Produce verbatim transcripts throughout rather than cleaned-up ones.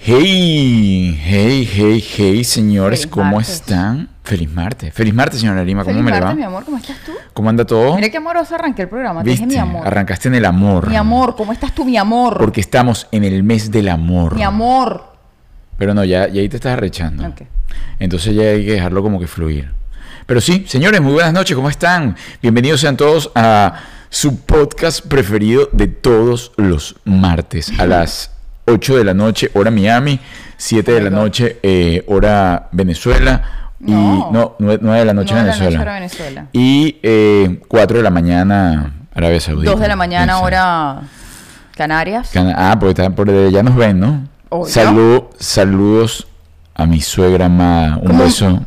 Hey, hey, hey, hey, señores, Feliz ¿cómo martes. están? Feliz martes. Feliz martes, señora Lima, ¿cómo Feliz me le martes, va? mi amor, ¿cómo estás tú? ¿Cómo anda todo? Mira qué amoroso arranqué el programa, te ¿Viste? dije mi amor. Arrancaste en el amor. Mi amor, ¿cómo estás tú, mi amor? Porque estamos en el mes del amor. Mi amor. Pero no, ya, ya ahí te estás arrechando. Ok. Entonces ya hay que dejarlo como que fluir. Pero sí, señores, muy buenas noches, ¿cómo están? Bienvenidos sean todos a su podcast preferido de todos los martes a las ocho de la noche, hora Miami, siete de la noche, eh, hora Venezuela, y No. no, nueve de la noche nueve de la Venezuela. noche, hora Venezuela. Y eh, cuatro de la mañana, Arabia Saudita. Dos de la mañana, Exacto. hora Canarias. Cana- Ah, porque están por allá nos ven, ¿no? Obvio. Salud, saludos a mi suegra amada. Un ¿Cómo? beso.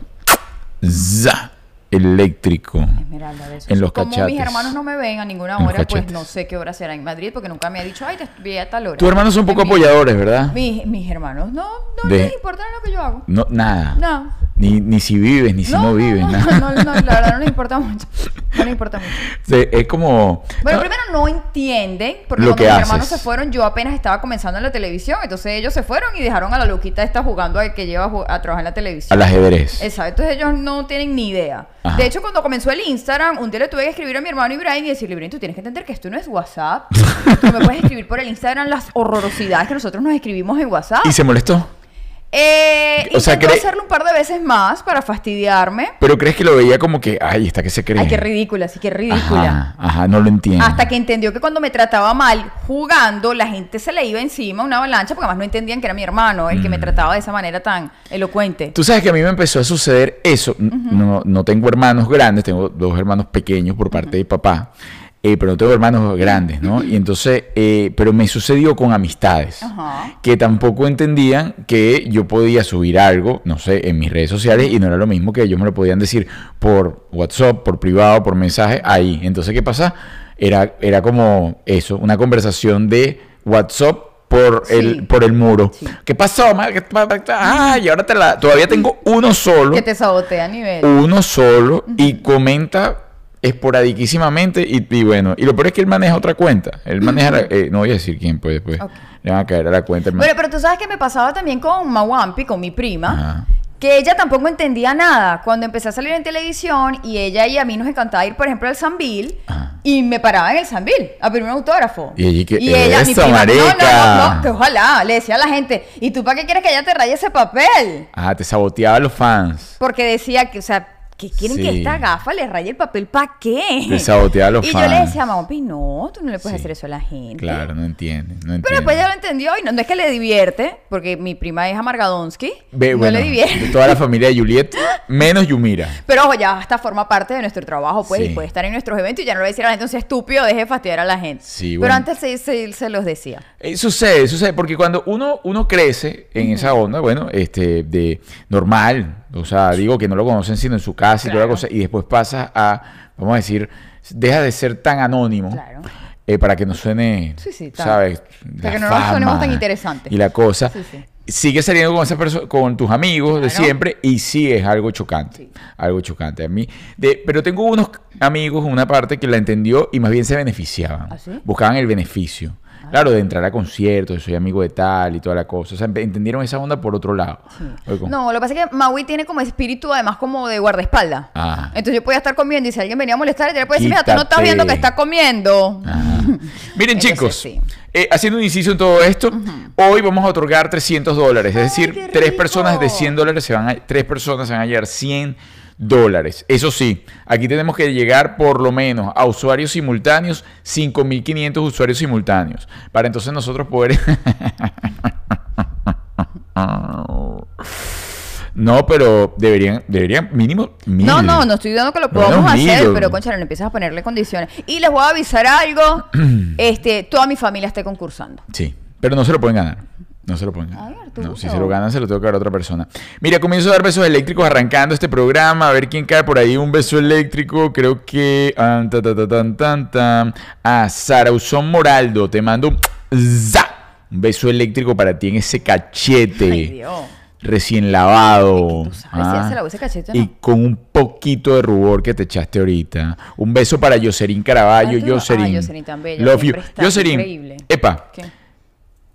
¡Za! Eléctrico. Esmeralda, besos. En los Como cachates. mis hermanos no me ven a ninguna En los hora, pues cachetes. no sé qué hora será en Madrid, porque nunca me ha dicho, ay, te vi a tal hora. Tus hermanos son un poco En mi- apoyadores, ¿verdad? Mis, mis hermanos, no, no De- les importa lo que yo hago. No, nada. No. Ni, ni si vives, ni si no, vives, no, nada. no, no, la verdad no les importa mucho. No les importa mucho. Sí, es como... Bueno, no, primero no entienden, porque Lo cuando que mis haces. hermanos se fueron, yo apenas estaba comenzando en la televisión, entonces ellos se fueron y dejaron a la loquita esta jugando a que lleva a, ju- a trabajar en la televisión. al ajedrez. Exacto, entonces ellos no tienen ni idea. Ajá. De hecho, cuando comenzó el Instagram, un día le tuve que escribir a mi hermano Ibrahim y decirle, Ibrahim, tú tienes que entender que esto no es WhatsApp. Tú no me puedes escribir por el Instagram las horrorosidades que nosotros nos escribimos en WhatsApp. ¿Y se molestó? Eh, O sea, intentó cre- hacerlo un par de veces más para fastidiarme. ¿Pero crees que lo veía como que, ay, esta que se cree? Ay, qué ridícula, sí, qué ridícula. Ajá, ajá, no lo entiendo. Hasta que entendió que cuando me trataba mal jugando, la gente se le iba encima una avalancha, porque además no entendían que era mi hermano el que me Mm. trataba de esa manera tan elocuente. Tú sabes que a mí me empezó a suceder eso. N- no, no tengo hermanos grandes, tengo dos hermanos pequeños por parte de papá, eh, pero no tengo hermanos grandes, ¿no? Y entonces, eh, pero me sucedió con amistades Ajá. que tampoco entendían que yo podía subir algo, no sé, en mis redes sociales y no era lo mismo que ellos me lo podían decir por WhatsApp, por privado, por mensaje, ahí. Entonces, ¿qué pasa? Era, era como eso, una conversación de WhatsApp por Sí. el por el muro. Sí. ¿Qué pasó, ma? ¿Qué pa- pa- Ah, y ahora te la todavía tengo uno solo, Que te sabotea a nivel. uno solo y comenta esporadiquísimamente y, y bueno, y lo peor es que él maneja otra cuenta. Él maneja, la- eh, no voy a decir quién pues después. Ok. Le van a caer a la cuenta. hermano. Bueno, pero tú sabes que me pasaba también con Mawampi, con mi prima, Ajá. que ella tampoco entendía nada. Cuando empecé a salir en televisión y ella y a mí nos encantaba ir, por ejemplo, al Sambil, Ajá. y me paraba en el Sambil a pedirme un autógrafo. Y ella, ¿qué- ella, mi eso, prima, no, no, marica? no, no, que ojalá, le decía a la gente, ¿y tú para qué quieres que ella te raye ese papel? Ajá, te saboteaba a los fans. Porque decía que, o sea, que quieren Sí. que esta gafa le raye el papel, ¿para qué? Te saboteaba a los y fans. yo le decía, Mawampi, no, tú no le puedes Sí. hacer eso a la gente. Claro, no entiende, no Pero entiende. después ya lo entendió y no, no es que le divierte, porque mi prima es Amargadonsky, Ve, no bueno, le divierte. de toda la familia de Juliet, menos Yumira. Pero ojo, ya hasta forma parte de nuestro trabajo, pues, Sí. y puede estar en nuestros eventos y ya no le voy a decir a la gente, un sea estúpido, deje de fastidiar a la gente. Sí, Pero bueno. antes se, se, se los decía. Eh, sucede, sucede, porque cuando uno, uno crece en esa onda, bueno, este, de normal, o sea, digo que no lo conocen sino en su casa y toda la Claro. cosa, y después pasas a, vamos a decir, deja de ser tan anónimo, Claro. eh, para que no suene, Sí, sí, tan- ¿sabes? para que La no nos sonemos fama tan interesantes. Y la cosa. Sí, sí. Sigue saliendo con esa perso- con tus amigos de Claro. siempre y sí es algo chocante, Sí. algo chocante a mí. De, pero tengo unos amigos, una parte que la entendió y más bien se beneficiaban, ¿Ah, sí? buscaban el beneficio. Claro, de entrar a conciertos, soy amigo de tal y toda la cosa. O sea, entendieron esa onda por otro lado. Oye, como- No, lo que pasa es que Maui tiene como espíritu además como de guardaespaldas. Ah. Entonces yo podía estar comiendo y si alguien venía a molestar, yo le puedo decir, mira, tú no estás Quítate. viendo que está comiendo. Ajá. Miren, Entonces, chicos, sí. eh, haciendo un inciso en todo esto, hoy vamos a otorgar trescientos dólares. Es Ay, decir, qué tres rico. personas de cien dólares se van a, tres personas se van a llevar cien dólares. Eso sí, aquí tenemos que llegar por lo menos a usuarios simultáneos, cinco mil quinientos usuarios simultáneos, para entonces nosotros poder... No, pero deberían, deberían mínimo mil. No, no, no estoy diciendo que lo No, no, podamos mil. hacer, pero concha, no empiezas a ponerle condiciones. Y les voy a avisar algo, este, toda mi familia esté concursando. Sí, pero no se lo pueden ganar. No se lo pueden ganar. Ay, Arturo. No, si se lo ganan, se lo tengo que dar a otra persona. Mira, comienzo a dar besos eléctricos arrancando este programa. A ver quién cae por ahí. Un beso eléctrico. Creo que. ah, ta, ta, ta, tan, tan, tan. A Sarauzón Moraldo. Te mando un. ¡za! Un beso eléctrico para ti en ese cachete. Ay, Dios. Recién lavado. Es que tú sabes si ah, hace la voz de cachete o y no. con un poquito de rubor que te echaste ahorita. Un beso para Yoserín Caraballo. Ay, tú no- Yoserín. ay, Yoserín tan bella, Love you. siempre está Yoserín. increíble. Epa. ¿Qué?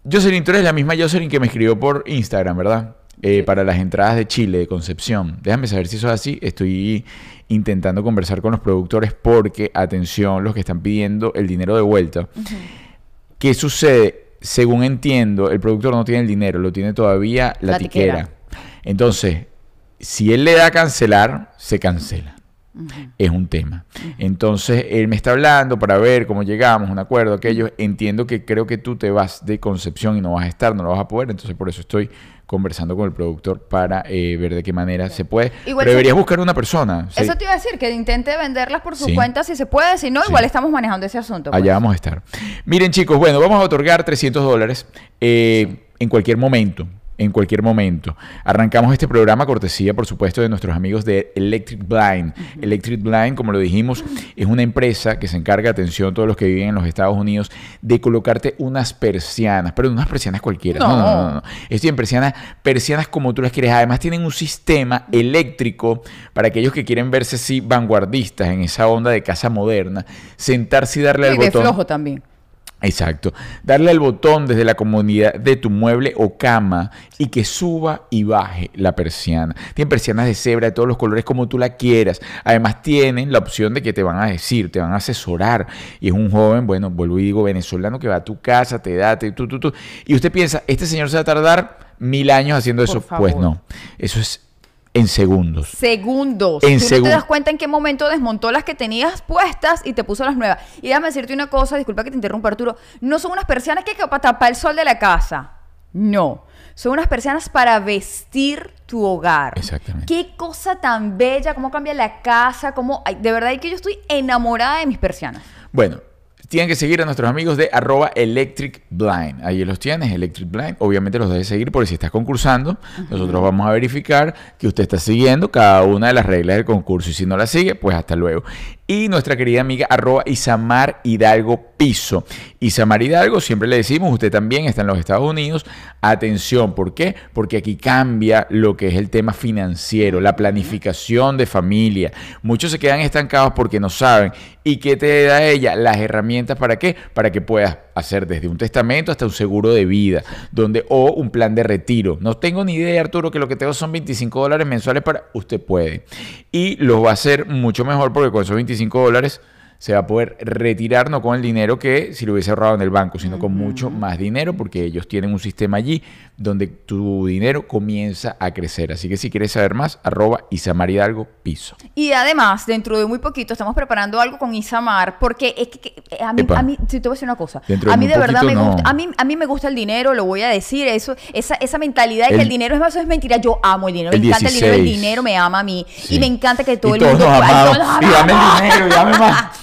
Jocelyn, tú eres la misma Jocelyn que me escribió por Instagram, ¿verdad? Eh, Sí. Para las entradas de Chile, de Concepción. Déjame saber si eso es así. Estoy intentando conversar con los productores porque, atención, los que están pidiendo el dinero de vuelta. Ujú. ¿Qué sucede? Según entiendo, el productor no tiene el dinero, lo tiene todavía la, La tiquera. tiquera. Entonces, si él le da a cancelar, se cancela. Ujú. Es un tema. Entonces, él me está hablando para ver cómo llegamos, un acuerdo, aquello. Entiendo que creo que tú te vas de Concepción y no vas a estar, no lo vas a poder. Entonces, por eso estoy conversando con el productor para eh, ver de qué manera se puede. Igual Pero se- deberías buscar una persona. Sí. Eso te iba a decir, que intente venderlas por su Sí. cuenta si se puede, si no, Sí. igual estamos manejando ese asunto. pues. Allá vamos a estar. Miren, chicos, bueno, vamos a otorgar trescientos dólares eh, en cualquier momento. En cualquier momento. Arrancamos este programa cortesía, por supuesto, de nuestros amigos de Electric Blind. Uh-huh. Electric Blind, como lo dijimos, es una empresa que se encarga, atención, todos los que viven en los Estados Unidos, de colocarte unas persianas, pero no unas persianas cualquiera. No, no, no. no, no. Esto en persianas, persianas como tú las quieres. Además, tienen un sistema eléctrico para aquellos que quieren verse así vanguardistas en esa onda de casa moderna, sentarse y darle Y al de botón. flojo también. Exacto. Darle al botón desde la comodidad de tu mueble o cama y que suba y baje la persiana. Tienen persianas de cebra de todos los colores como tú la quieras. Además tienen la opción de que te van a decir, te van a asesorar. Y es un joven, bueno, vuelvo y digo, venezolano que va a tu casa, te da, te, tú, tú, tú. Y usted piensa, este señor se va a tardar mil años haciendo Por eso. favor. Pues no. Eso es en segundos. Segundos. En Tú no segun- te das cuenta en qué momento desmontó las que tenías puestas y te puso las nuevas. Y déjame decirte una cosa, disculpa que te interrumpa, Arturo. No son unas persianas que para tapar el sol de la casa. No. Son unas persianas para vestir tu hogar. Exactamente. Qué cosa tan bella, cómo cambia la casa, cómo... ay, de verdad que yo estoy enamorada de mis persianas. Bueno, tienen que seguir a nuestros amigos de arroba Electric Blind. Ahí los tienes, Electric Blind. Obviamente los debes seguir porque si estás concursando, uh-huh. nosotros vamos a verificar que usted está siguiendo cada una de las reglas del concurso. Y si no la sigue, pues hasta luego. Y nuestra querida amiga arroba Isamar Hidalgo Piso. Isamar Hidalgo, siempre le decimos, usted también está en los Estados Unidos. Atención, ¿por qué? Porque aquí cambia lo que es el tema financiero, la planificación de familia. Muchos se quedan estancados porque no saben. ¿Y qué te da ella? Las herramientas para qué? Para que puedas hacer desde un testamento hasta un seguro de vida, donde o un plan de retiro. No tengo ni idea, Arturo, que lo que tengo son veinticinco dólares mensuales para... Usted puede. Y lo va a hacer mucho mejor porque con esos veinticinco dólares se va a poder retirar no con el dinero que si lo hubiese ahorrado en el banco, sino con mucho más dinero porque ellos tienen un sistema allí donde tu dinero comienza a crecer. Así que si quieres saber más, arroba Isamar Hidalgo Piso. Y además, dentro de muy poquito, estamos preparando algo con Isamar, porque es que, que a mí, Epa. a mí, si te voy a decir una cosa, Dentro de a mí muy de verdad me poquito, no. gusta, a mí, a mí me gusta el dinero, lo voy a decir, eso, esa, esa mentalidad de El- que el dinero es más, eso es mentira. Yo amo el dinero, El me encanta el dinero, el dieciséis. dinero me ama a mí, Sí. y me encanta que todo Y el todos mundo... nos ay, amamos. todos nos Y dame el amamos. dinero, y dame más.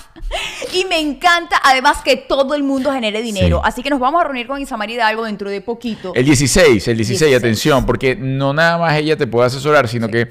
Y me encanta además que todo el mundo genere dinero. Sí. Así que nos vamos a reunir con Isamar Hidalgo dentro de poquito. El dieciséis, el dieciséis, dieciséis. atención, porque no nada más ella te puede asesorar, sino que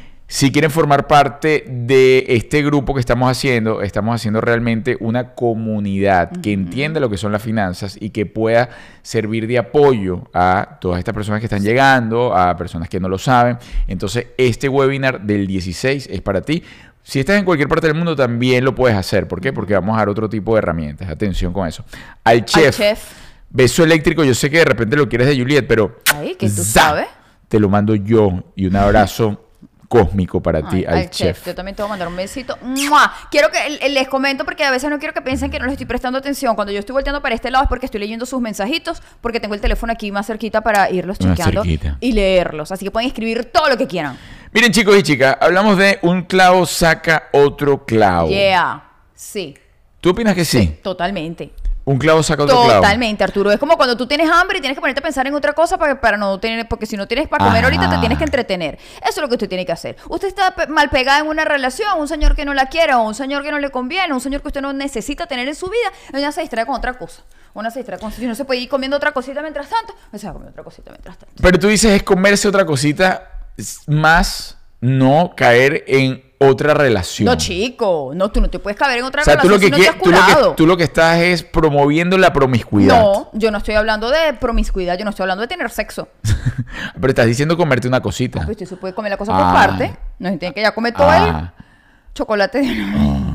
si quieren formar parte de este grupo que estamos haciendo, estamos haciendo realmente una comunidad que entienda lo que son las finanzas y que pueda servir de apoyo a todas estas personas que están llegando, a personas que no lo saben. Entonces, este webinar del dieciséis es para ti. Si estás en cualquier parte del mundo, también lo puedes hacer. ¿Por qué? Porque vamos a dar otro tipo de herramientas. Atención con eso. Al chef. Al chef. Beso eléctrico. Yo sé que de repente lo quieres de Juliet, pero... Ay, que tú ¡za! sabes. Te lo mando yo. Y un abrazo cósmico para ti, Ay, al, al chef. Yo también te voy a mandar un besito. ¡Mua! Quiero que el- el- les comento porque a veces no quiero que piensen que no les estoy prestando atención. Cuando yo estoy volteando para este lado es porque estoy leyendo sus mensajitos, porque tengo el teléfono aquí más cerquita para irlos Más chequeando cerquita. y leerlos. Así que pueden escribir todo lo que quieran. Miren, chicos y chicas, hablamos de un clavo saca otro clavo. Yeah. Sí. ¿Tú opinas que sí? Totalmente. Un clavo saca otro clavo. Totalmente, Arturo. Es como cuando tú tienes hambre y tienes que ponerte a pensar en otra cosa para, para no tener, porque si no tienes para comer Ajá. ahorita te tienes que entretener. Eso es lo que usted tiene que hacer. Usted está pe- mal pegada en una relación, un señor que no la quiere, o un señor que no le conviene, un señor que usted no necesita tener en su vida, una se distrae con otra cosa. Una se distrae con... Si no se puede ir comiendo otra cosita mientras tanto, pues se va a comer otra cosita mientras tanto. Pero tú dices es comerse otra cosita más no caer en otra relación. No, chico. No, tú no te puedes caber en otra O sea, tú relación lo, que si no te has quie- tú, lo curado. que, tú lo que estás es promoviendo la promiscuidad. No, yo no estoy hablando de promiscuidad, yo no estoy hablando de tener sexo. Pero estás diciendo comerte una cosita. Pues usted se puede comer la cosa Ah. por parte. No se tiene que ya comer todo Ah. el chocolate de una vez.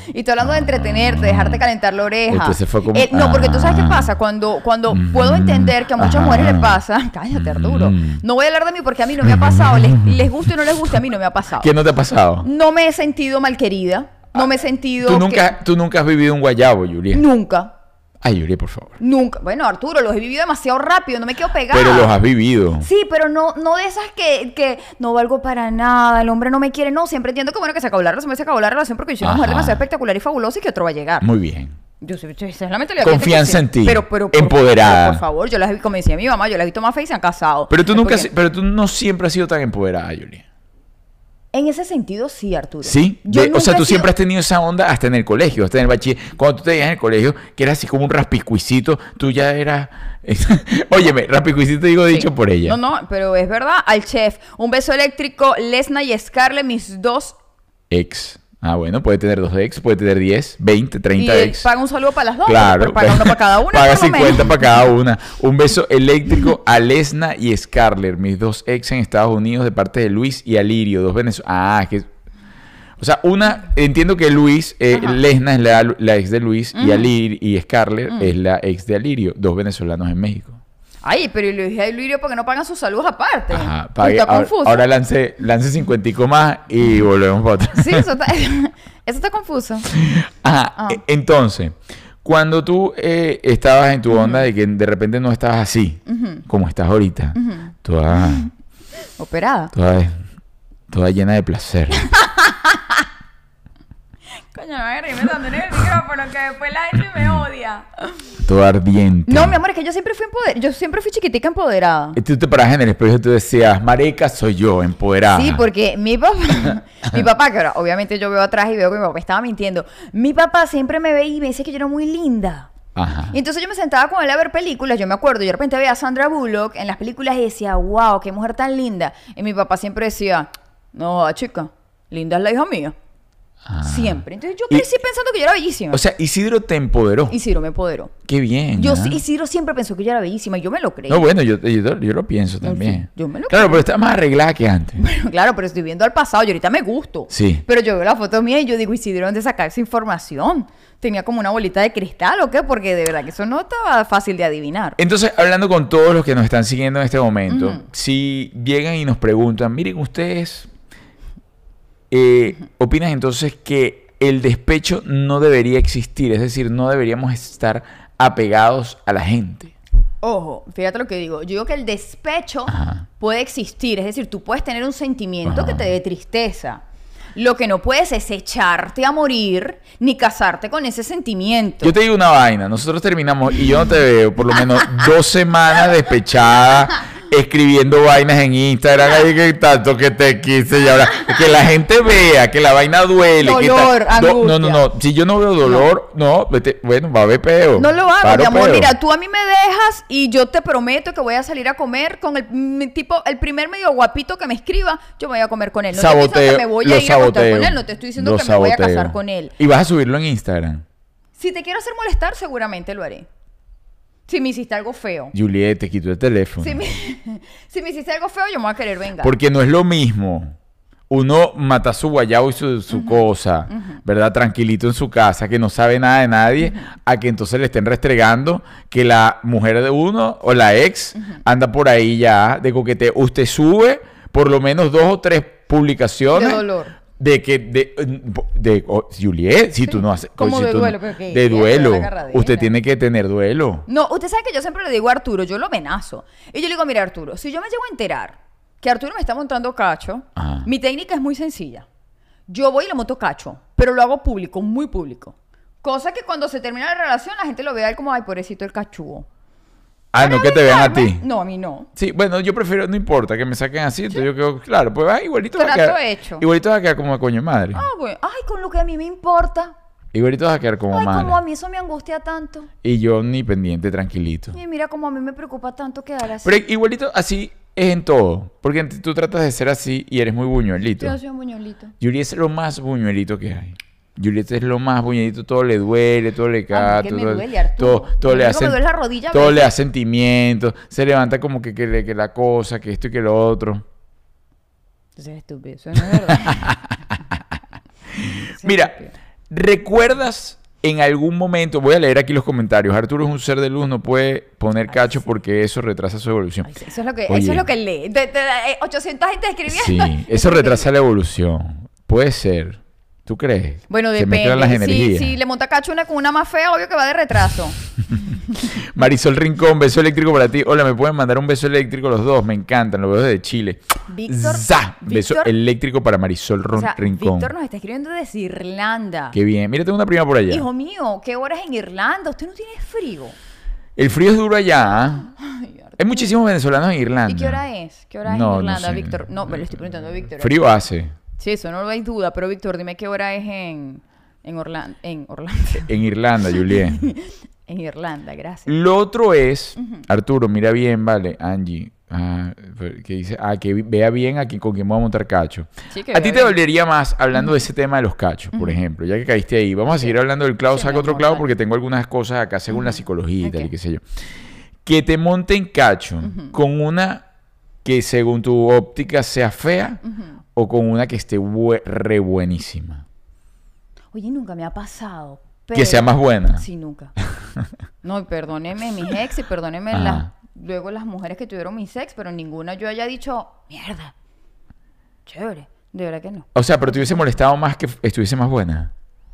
Y estoy hablando de entretenerte, dejarte calentar la oreja. Usted se fue como- Eh, no, porque tú sabes qué Ah. pasa. Cuando, cuando Mm. puedo entender que a muchas Ajá. mujeres les pasa. Cállate, Arturo. Mm. No voy a hablar de mí porque a mí no me ha pasado. Les, les guste o no les guste, a mí no me ha pasado. ¿Qué no te ha pasado? No me he sentido malquerida. No me he sentido. Tú nunca, tú nunca has vivido un guayabo, Julia. que- Nunca. Ay, Julia, por favor. Nunca. Bueno, Arturo, los he vivido demasiado rápido. No me quedo pegada. Pero los has vivido. Sí, pero no, no de esas que, que no valgo para nada, el hombre no me quiere. No, siempre entiendo que bueno que se acabó la relación, se acabó la relación porque yo soy una mujer Ajá. demasiado espectacular y fabulosa y que otro va a llegar. Muy bien. Yo soy, yo soy la mentalidad que Confianza tengo que en ti. Pero, pero, por- Empoderada. Por favor, yo las vi, como decía mi mamá, yo las he visto más feas y se han casado. Pero tú Es nunca, porque- has- pero tú no siempre has sido tan empoderada, Julia. En ese sentido, sí, Arturo. Sí, Yo De- o sea, nunca tú he sido- siempre has tenido esa onda hasta en el colegio, hasta en el bachiller. Cuando tú te veías en el colegio, que era así como un raspiscuicito, tú ya eras... Óyeme, raspiscuicito digo dicho Sí. por ella. No, no, pero es verdad. Al chef, un beso eléctrico, Lesna y Scarlett, mis dos. Ex. Ah, bueno, puede tener dos ex, puede tener diez, veinte, Y treinta él ex. paga un saludo para las dos. Claro. Pero paga uno para cada una. Paga por lo menos. cincuenta para cada una. Un beso eléctrico a Lesna y Scarlett, mis dos ex en Estados Unidos, de parte de Luis y Alirio, dos venezolanos. Ah, que... O sea, una... Entiendo que Luis, eh, Ajá. Lesna es la, la ex de Luis y, Ujú. Alir, y Scarlett Mm. es la ex de Alirio, dos venezolanos en México. Ay, pero y Luis y Luis, ¿por qué no pagan sus saludos aparte? Ajá, pague- Está ahora, confuso. ahora lance, lance cincuenta más y volvemos para atrás. Sí, eso está, eso está confuso. Ajá, Ah. e- entonces, cuando tú eh, estabas en tu onda de que de repente no estabas así, Ujú. como estás ahorita, Ujú. toda, Operada. toda, toda llena de placer. Coño, no me reírme tanto en el micrófono que después la gente me odia. Toda ardiente. No, mi amor, es que yo siempre fui empoderada. Yo siempre fui chiquitica empoderada. Y tú te paras en el espejo y tú decías, marica, soy yo, empoderada. Sí, porque mi papá, mi papá, que ahora obviamente yo veo atrás y veo que mi papá estaba mintiendo. Mi papá siempre me veía y me decía que yo era muy linda. Ajá. Y entonces yo me sentaba con él a ver películas, yo me acuerdo, yo de repente veía a Sandra Bullock en las películas y decía, wow, qué mujer tan linda. Y mi papá siempre decía, no, chica, linda es la hija mía. Ah. Siempre. Entonces yo Y- crecí pensando que yo era bellísima. O sea, Isidro te empoderó. Isidro me empoderó. Qué bien. Yo, ¿ah? sí- Isidro siempre pensó que yo era bellísima y yo me lo creí. No, bueno, yo, yo, yo lo pienso también. sí, yo me lo claro, creo. pero está más arreglada que antes. Bueno, claro, pero estoy viendo al pasado y ahorita me gusto. Sí. Pero yo veo la foto mía y yo digo, Isidro, ¿dónde sacar esa información? ¿Tenía como una bolita de cristal o qué? Porque de verdad que eso no estaba fácil de adivinar. Entonces, hablando con todos los que nos están siguiendo en este momento, Ujú. si llegan y nos preguntan, miren, ustedes eh, opinan entonces que el despecho no debería existir, es decir, no deberíamos estar apegados a la gente. Ojo, fíjate lo que digo. Yo digo que el despecho Ajá. puede existir. Es decir, tú puedes tener un sentimiento Ajá. que te dé tristeza. Lo que no puedes es echarte a morir ni casarte con ese sentimiento. Yo te digo una vaina, nosotros terminamos y yo no te veo por lo menos dos semanas despechada, escribiendo vainas en Instagram, ay, que tanto que te quise y ahora que la gente vea que la vaina duele. que Dolor, ta- do- no, no, angustia. no, si yo no veo dolor, no, vete- bueno, va a haber peo. No lo hago, Paro mi amor. peo. Mira, tú a mí me dejas y yo te prometo que voy a salir a comer con el mi tipo, el primer medio guapito que me escriba, yo me voy a comer con él. No te estoy diciendo Saboteo, que me voy lo a ir a acostar saboteo, con él, no te estoy diciendo lo que me voy a saboteo. casar con él. Y vas a subirlo en Instagram. Si te quiero hacer molestar, seguramente lo haré. Si me hiciste algo feo. Juliet, te quito el teléfono. Si me, si me hiciste algo feo, yo me voy a querer vengar. Porque no es lo mismo uno mata su guayabo y su, su cosa, ¿verdad? Tranquilito en su casa, que no sabe nada de nadie, a que entonces le estén restregando que la mujer de uno o la ex anda por ahí ya de coqueteo. Usted sube por lo menos dos o tres publicaciones. De dolor. De que, de, de, oh, Juliet, si tú no haces... Como si de tú no- duelo, pero ¿qué? de ¿Qué? duelo. La agarradera. Usted tiene que tener duelo. No, usted sabe que yo siempre le digo a Arturo, yo lo amenazo. Y yo le digo, mira Arturo, si yo me llego a enterar que Arturo me está montando cacho, Ajá. mi técnica es muy sencilla. Yo voy y le monto cacho, pero lo hago público, muy público. Cosa que cuando se termina la relación la gente lo vea a él como, ay, pobrecito el cachugo. Ah, no que te vean a ti. No, a mí no. Sí, bueno, yo prefiero, no importa que me saquen así, entonces yo quedo, claro, pues ah, igualito va a Trato quedar. hecho. Igualito va a quedar como coño madre. Ah, bueno. Ay, con lo que a mí me importa. Igualito va a quedar como Ay, madre. como a mí eso me angustia tanto. Y yo ni pendiente, tranquilito. Y mira como a mí me preocupa tanto quedar así. Pero igualito así es en todo. Porque tú tratas de ser así y eres muy buñuelito. Yo soy un buñuelito. Juliet es lo más buñuelito que hay. Juliet es lo más buñuelito, todo le duele, todo le cae, que me todo, duele, Arturo. todo, todo Lo le único que hace, me duele es la rodilla a todo le veces. da sentimientos, se levanta como que, que, le- que la cosa, que esto y que lo otro. Eso es estúpido, eso no es verdad. Eso es Mira, estúpido. ¿Recuerdas en algún momento? Voy a leer aquí los comentarios. Arturo es un ser de luz, no puede poner Ay, cacho sí. porque eso retrasa su evolución. Ay, sí, eso es lo que, Oye. eso es lo que él lee. De, de- de- eh, ochocientas gente escribiendo. Sí, eso retrasa la evolución. Puede ser. ¿Tú crees? Bueno, Se mezclan depende. las Si, energías. si le monta cacho una con una más fea, obvio que va de retraso. Marisol Rincón, beso eléctrico para ti. Hola, ¿me pueden mandar un beso eléctrico los dos? Me encantan, los veo desde Chile. Víctor. ¡Za! Beso Víctor- eléctrico para Marisol Ron- O sea, Rincón. Víctor nos está escribiendo desde Irlanda. Qué bien. Mira, tengo una prima por allá. Hijo mío, ¿qué horas en Irlanda? ¿Usted no tiene frío? El frío es duro allá. ¿ah? Ay, Arturo. Hay muchísimos venezolanos en Irlanda. ¿Y qué hora es? ¿Qué hora es No, en no Irlanda, sé. Víctor? No, me lo estoy preguntando a Víctor. Frío hace. Sí, eso no lo hay duda, pero Víctor, dime qué hora es en, en Orlando. En Orlando. En Irlanda, Juliet. En Irlanda, gracias. Lo otro es, Arturo, mira bien, vale, Angie, ah, que dice, ah, que vea bien a quién, con quién voy a montar cacho. Sí, que A ti vea te bien. dolería más hablando de ese tema de los cachos, por ejemplo, ya que caíste ahí. Vamos a seguir hablando del clavo, Sí, saca mi otro amor, clavo dale. porque tengo algunas cosas acá según la psicología y tal y Ok. qué sé yo. Que te monten cacho con una que según tu óptica sea fea o con una que esté bue- re buenísima. Oye, nunca me ha pasado. Que pero- sea más buena. Sí, nunca. No, y perdóneme mis ex y perdóneme Ajá. las, luego las mujeres que tuvieron mis ex, pero ninguna yo haya dicho, mierda, chévere. De verdad que no. O sea, pero te hubiese molestado más que estuviese más buena.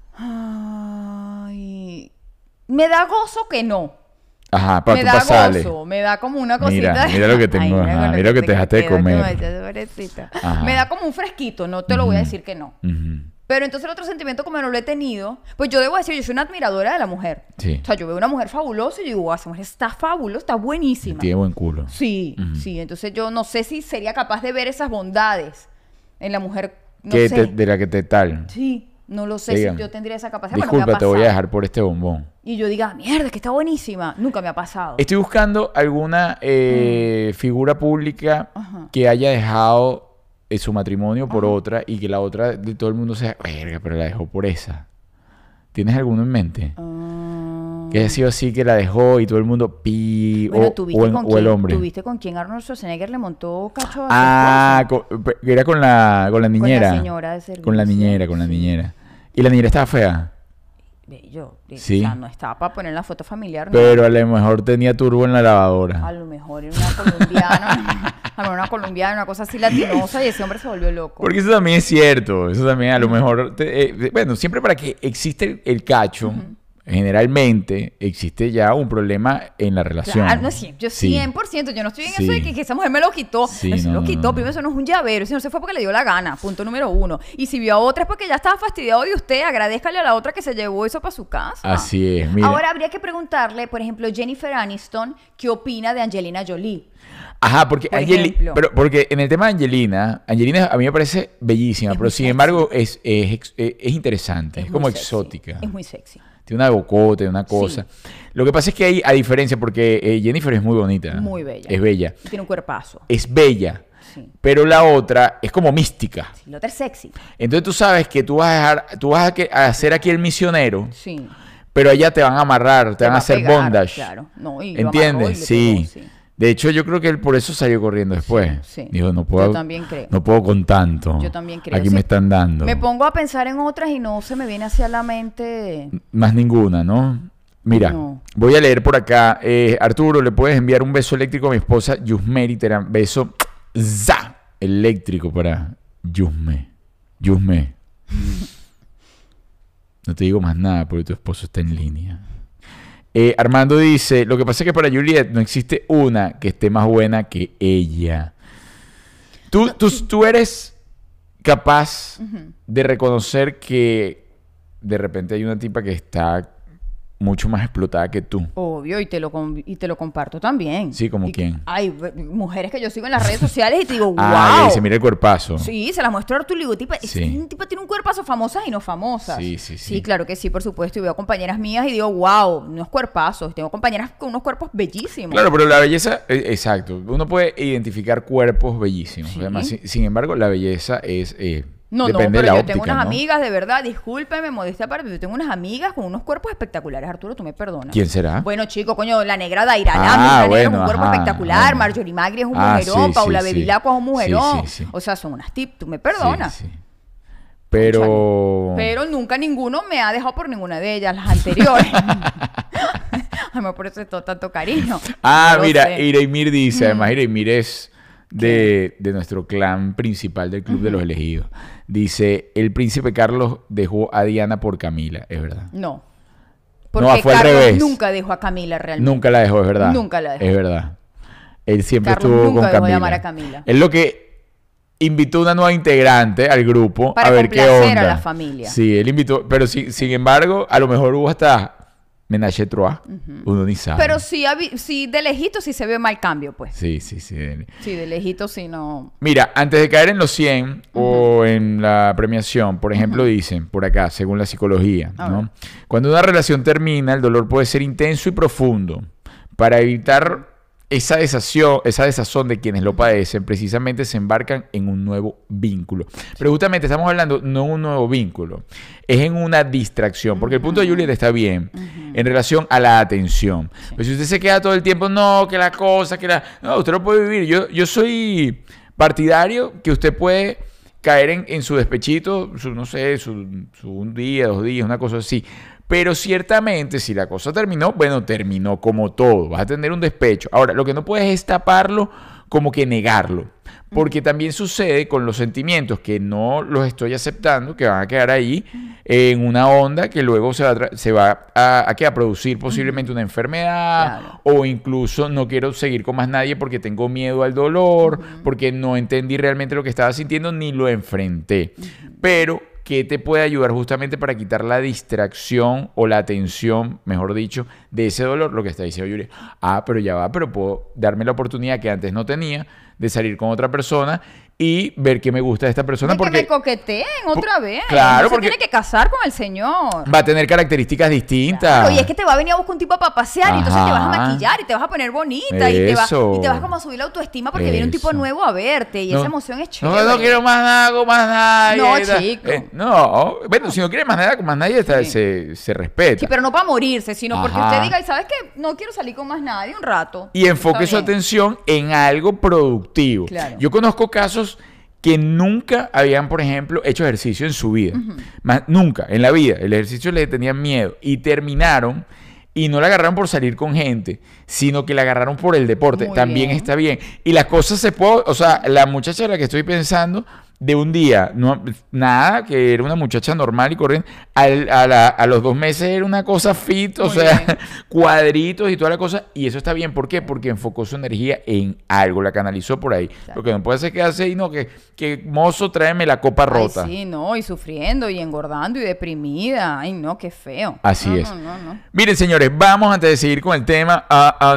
Ay, me da gozo que no. Ajá, para me tú da pasarle. gozo, me da como una cosita. Mira, mira lo que tengo, Ay, mira ajá, con mira lo que te dejaste de queda, comer. como esa pobrecita. Ajá. Me da como un fresquito, no te lo voy a decir que no. Ujú. Pero entonces el otro sentimiento, como no lo he tenido, pues yo debo decir, yo soy una admiradora de la mujer. Sí. O sea, yo veo una mujer fabulosa y yo digo, "Guau, esa mujer está fabulosa, está buenísima". Tiene buen culo. Sí, sí. Entonces yo no sé si sería capaz de ver esas bondades en la mujer. No Que sé. te- de la que te tal. Sí, no lo sé Dígame. si yo tendría esa capacidad. pero no me Disculpa, ha te voy a pasado. dejar por este bombón. Y yo diga, mierda, que está buenísima. Nunca me ha pasado. Estoy buscando alguna eh, figura pública Mm. Ajá. que haya dejado eh, su matrimonio por otra y que la otra de todo el mundo sea, verga, pero la dejó por esa. ¿Tienes alguno en mente? Ah. Que haya sido así, que la dejó y todo el mundo pi Bueno, o, ¿tuviste o el, con o quién, el hombre. ¿Tuviste con quién Arnold Schwarzenegger le montó cacho a su Ah, esposa? co- pe- era con la, con la niñera. señora de servicio. Con la niñera, con la Sí. niñera. Y la niñera estaba fea. Bello. Sí. O sea, no estaba para poner la foto familiar. no. Pero a lo mejor tenía turbo en la lavadora. A lo mejor era una colombiana. a lo mejor una colombiana, una cosa así latinosa y ese hombre se volvió loco. Porque eso también es cierto. Eso también a lo mejor... te- eh, bueno, siempre para que existe el, el cacho, generalmente existe ya un problema en la relación. Claro, no, sí, yo Sí. cien por ciento, yo no estoy en Sí. eso de que, que esa mujer me lo quitó. Sí, eso no, lo no, quitó, no. primero eso no es un llavero, si no se fue porque le dio la gana, punto número uno. Y si vio a otra es porque ya estaba fastidiado de usted, agradezcale a la otra que se llevó eso para su casa. Así es, mira. Ahora habría que preguntarle, por ejemplo, Jennifer Aniston, ¿qué opina de Angelina Jolie? Ajá, porque, por Angeli- ejemplo. pero porque en el tema de Angelina, Angelina a mí me parece bellísima, Es pero muy sin sexy. embargo es, es, ex- es- es interesante, es, muy como sexy, exótica. Es muy sexy. Tiene una bocote, una cosa. Lo que pasa es que hay, a diferencia, porque eh, Jennifer es muy bonita. Muy bella. Es bella. Y tiene un cuerpazo. Es bella. Sí. Pero la otra es como mística. Sí, la otra es sexy. Entonces tú sabes que tú vas a dejar, tú vas a, que- a hacer aquí el misionero, Sí. pero allá te van a amarrar, te, van va a hacer pegar, bondage. Claro. No, y lo amarró ¿Entiendes? y le Sí. pegó, sí. De hecho, yo creo que él por eso salió corriendo después. Sí, sí. Dijo, no puedo, Yo también creo. no puedo con tanto. Yo también creo. Aquí Sí. me están dando. Me pongo a pensar en otras y no se me viene hacia la mente. Más ninguna, ¿no? Mira, No. voy a leer por acá. Eh, Arturo, ¿le puedes enviar un beso eléctrico a mi esposa Yusmeri Terán? Beso za eléctrico para Yusme. Yusme. No te digo más nada porque tu esposo está en línea. Eh, Armando dice, lo que pasa es que para Juliet no existe una que esté más buena que ella. Tú, tú, tú eres capaz de reconocer que de repente hay una tipa que está mucho más explotada que tú. Obvio, y te lo, com- y te lo comparto también. Sí, ¿como Y- quién? Hay ve- mujeres que yo sigo en las redes sociales y te digo, wow. Ah, y dice, mira el cuerpazo. Sí, se las muestro a Arturo y digo, tipo, Sí. este tipo tiene un cuerpazo famosas y no famosas. Sí, sí, sí. Sí, claro que sí, por supuesto. Y veo compañeras mías y digo, wow, unos cuerpazos. Tengo compañeras con unos cuerpos bellísimos. Claro, pero la belleza, eh, exacto. Uno puede identificar cuerpos bellísimos. Sí. Además, sin, sin embargo, la belleza es... eh, No, no, depende pero de la yo óptica, tengo unas ¿no? amigas, de verdad, discúlpeme, modestia aparte, pero yo tengo unas amigas con unos cuerpos espectaculares. Arturo, tú me perdonas. ¿Quién será? Bueno, chico, coño, la negra Daira Ah, Lamy, una negra bueno, con un cuerpo ajá, espectacular, bueno. Marjorie Magri es un Ah, mujerón, sí, Paula sí, sí. Bevilacqua es un mujerón. Sí, sí, sí. O sea, son unas tips, tú me perdonas. Sí, sí. Pero... Pero nunca ninguno me ha dejado por ninguna de ellas, las anteriores. A mí por eso es todo tanto cariño. Ah, No lo mira, sé. Ireimir dice, además Ireimir es de, de nuestro clan principal del Club de los Elegidos. Dice, el príncipe Carlos dejó a Diana por Camila, es verdad. No. No, Porque fue al Carlos revés. nunca dejó a Camila realmente. Nunca la dejó, es verdad. Nunca la dejó. Es verdad. Él siempre Carlos estuvo nunca con dejó de Camila. amar a Camila. Él lo que invitó una nueva integrante al grupo Para a ver qué complacer onda. a la familia. Sí, él invitó, pero sí, sin embargo, a lo mejor hubo hasta Menage a Trois. Uno ni sabe. Pero sí, habi- sí, de lejito sí se ve mal cambio, pues. Sí, sí, sí. Sí, de lejito sí no... Mira, antes de caer en los cien o en la premiación, por ejemplo, dicen por acá, según la psicología, A ¿no? ver. Cuando una relación termina, el dolor puede ser intenso y profundo. Para evitar esa desazón, esa desazón de quienes lo padecen, precisamente se embarcan en un nuevo vínculo. Pero justamente estamos hablando no en un nuevo vínculo, es en una distracción. Porque el punto de Juliet está bien en relación a la atención. Pues si usted se queda todo el tiempo, no, que la cosa, que la... No, usted lo puede vivir. Yo, yo soy partidario que usted puede caer en, en su despechito, su, no sé, su, su un día, dos días, una cosa así. Pero ciertamente, si la cosa terminó, bueno, terminó como todo. Vas a tener un despecho. Ahora, lo que no puedes es taparlo como que negarlo. Porque también sucede con los sentimientos que no los estoy aceptando, que van a quedar ahí en una onda que luego se va a, tra- se va a, a, ¿qué? a producir posiblemente una enfermedad. Claro. O incluso no quiero seguir con más nadie porque tengo miedo al dolor, porque no entendí realmente lo que estaba sintiendo ni lo enfrenté. Pero... ¿qué te puede ayudar justamente para quitar la distracción o la atención, mejor dicho, de ese dolor? Lo que está diciendo Yuri. Ah, pero ya va, pero puedo darme la oportunidad que antes no tenía de salir con otra persona y ver que me gusta de esta persona De porque que me coqueteen otra por- vez. claro, No se porque- tiene que casar con el señor. va a tener características distintas. Oye, es que te va a venir a buscar un tipo para pasear y entonces te vas a Ajá. maquillar y te vas a poner bonita y te, va, Eso. y te vas como a subir la autoestima porque viene un tipo Eso. nuevo a verte y No. esa emoción es chévere. No, no quiero más nada con más nadie. No, y tal. chico. Eh, no, bueno, si no quiere más nada con más nadie, está- Sí. se, se respeta. Sí, pero no para morirse, sino porque Ajá. usted diga, y sabes qué, no quiero salir con más nadie un rato. Y enfoque Está su bien. atención en algo productivo. Claro. Yo conozco casos que nunca habían, por ejemplo, hecho ejercicio en su vida. Más, nunca, en la vida. El ejercicio le tenían miedo. Y terminaron y no la agarraron por salir con gente, sino que la agarraron por el deporte. Muy También bien. está bien. Y las cosas se pueden... O sea, la muchacha de la que estoy pensando... De un día, no, nada, que era una muchacha normal y corriente, al- a, la- a los dos meses era una cosa fit, o Muy sea, bien. cuadritos y toda la cosa, y eso está bien. ¿Por qué? Porque enfocó su energía en algo, la canalizó por ahí. Lo que no puede ser que hace y no, que, que mozo, tráeme la copa rota. Ay, sí, no, y sufriendo y engordando y deprimida. Ay, no, qué feo. Así No, es. No, no, no. Miren, señores, vamos antes de seguir con el tema. A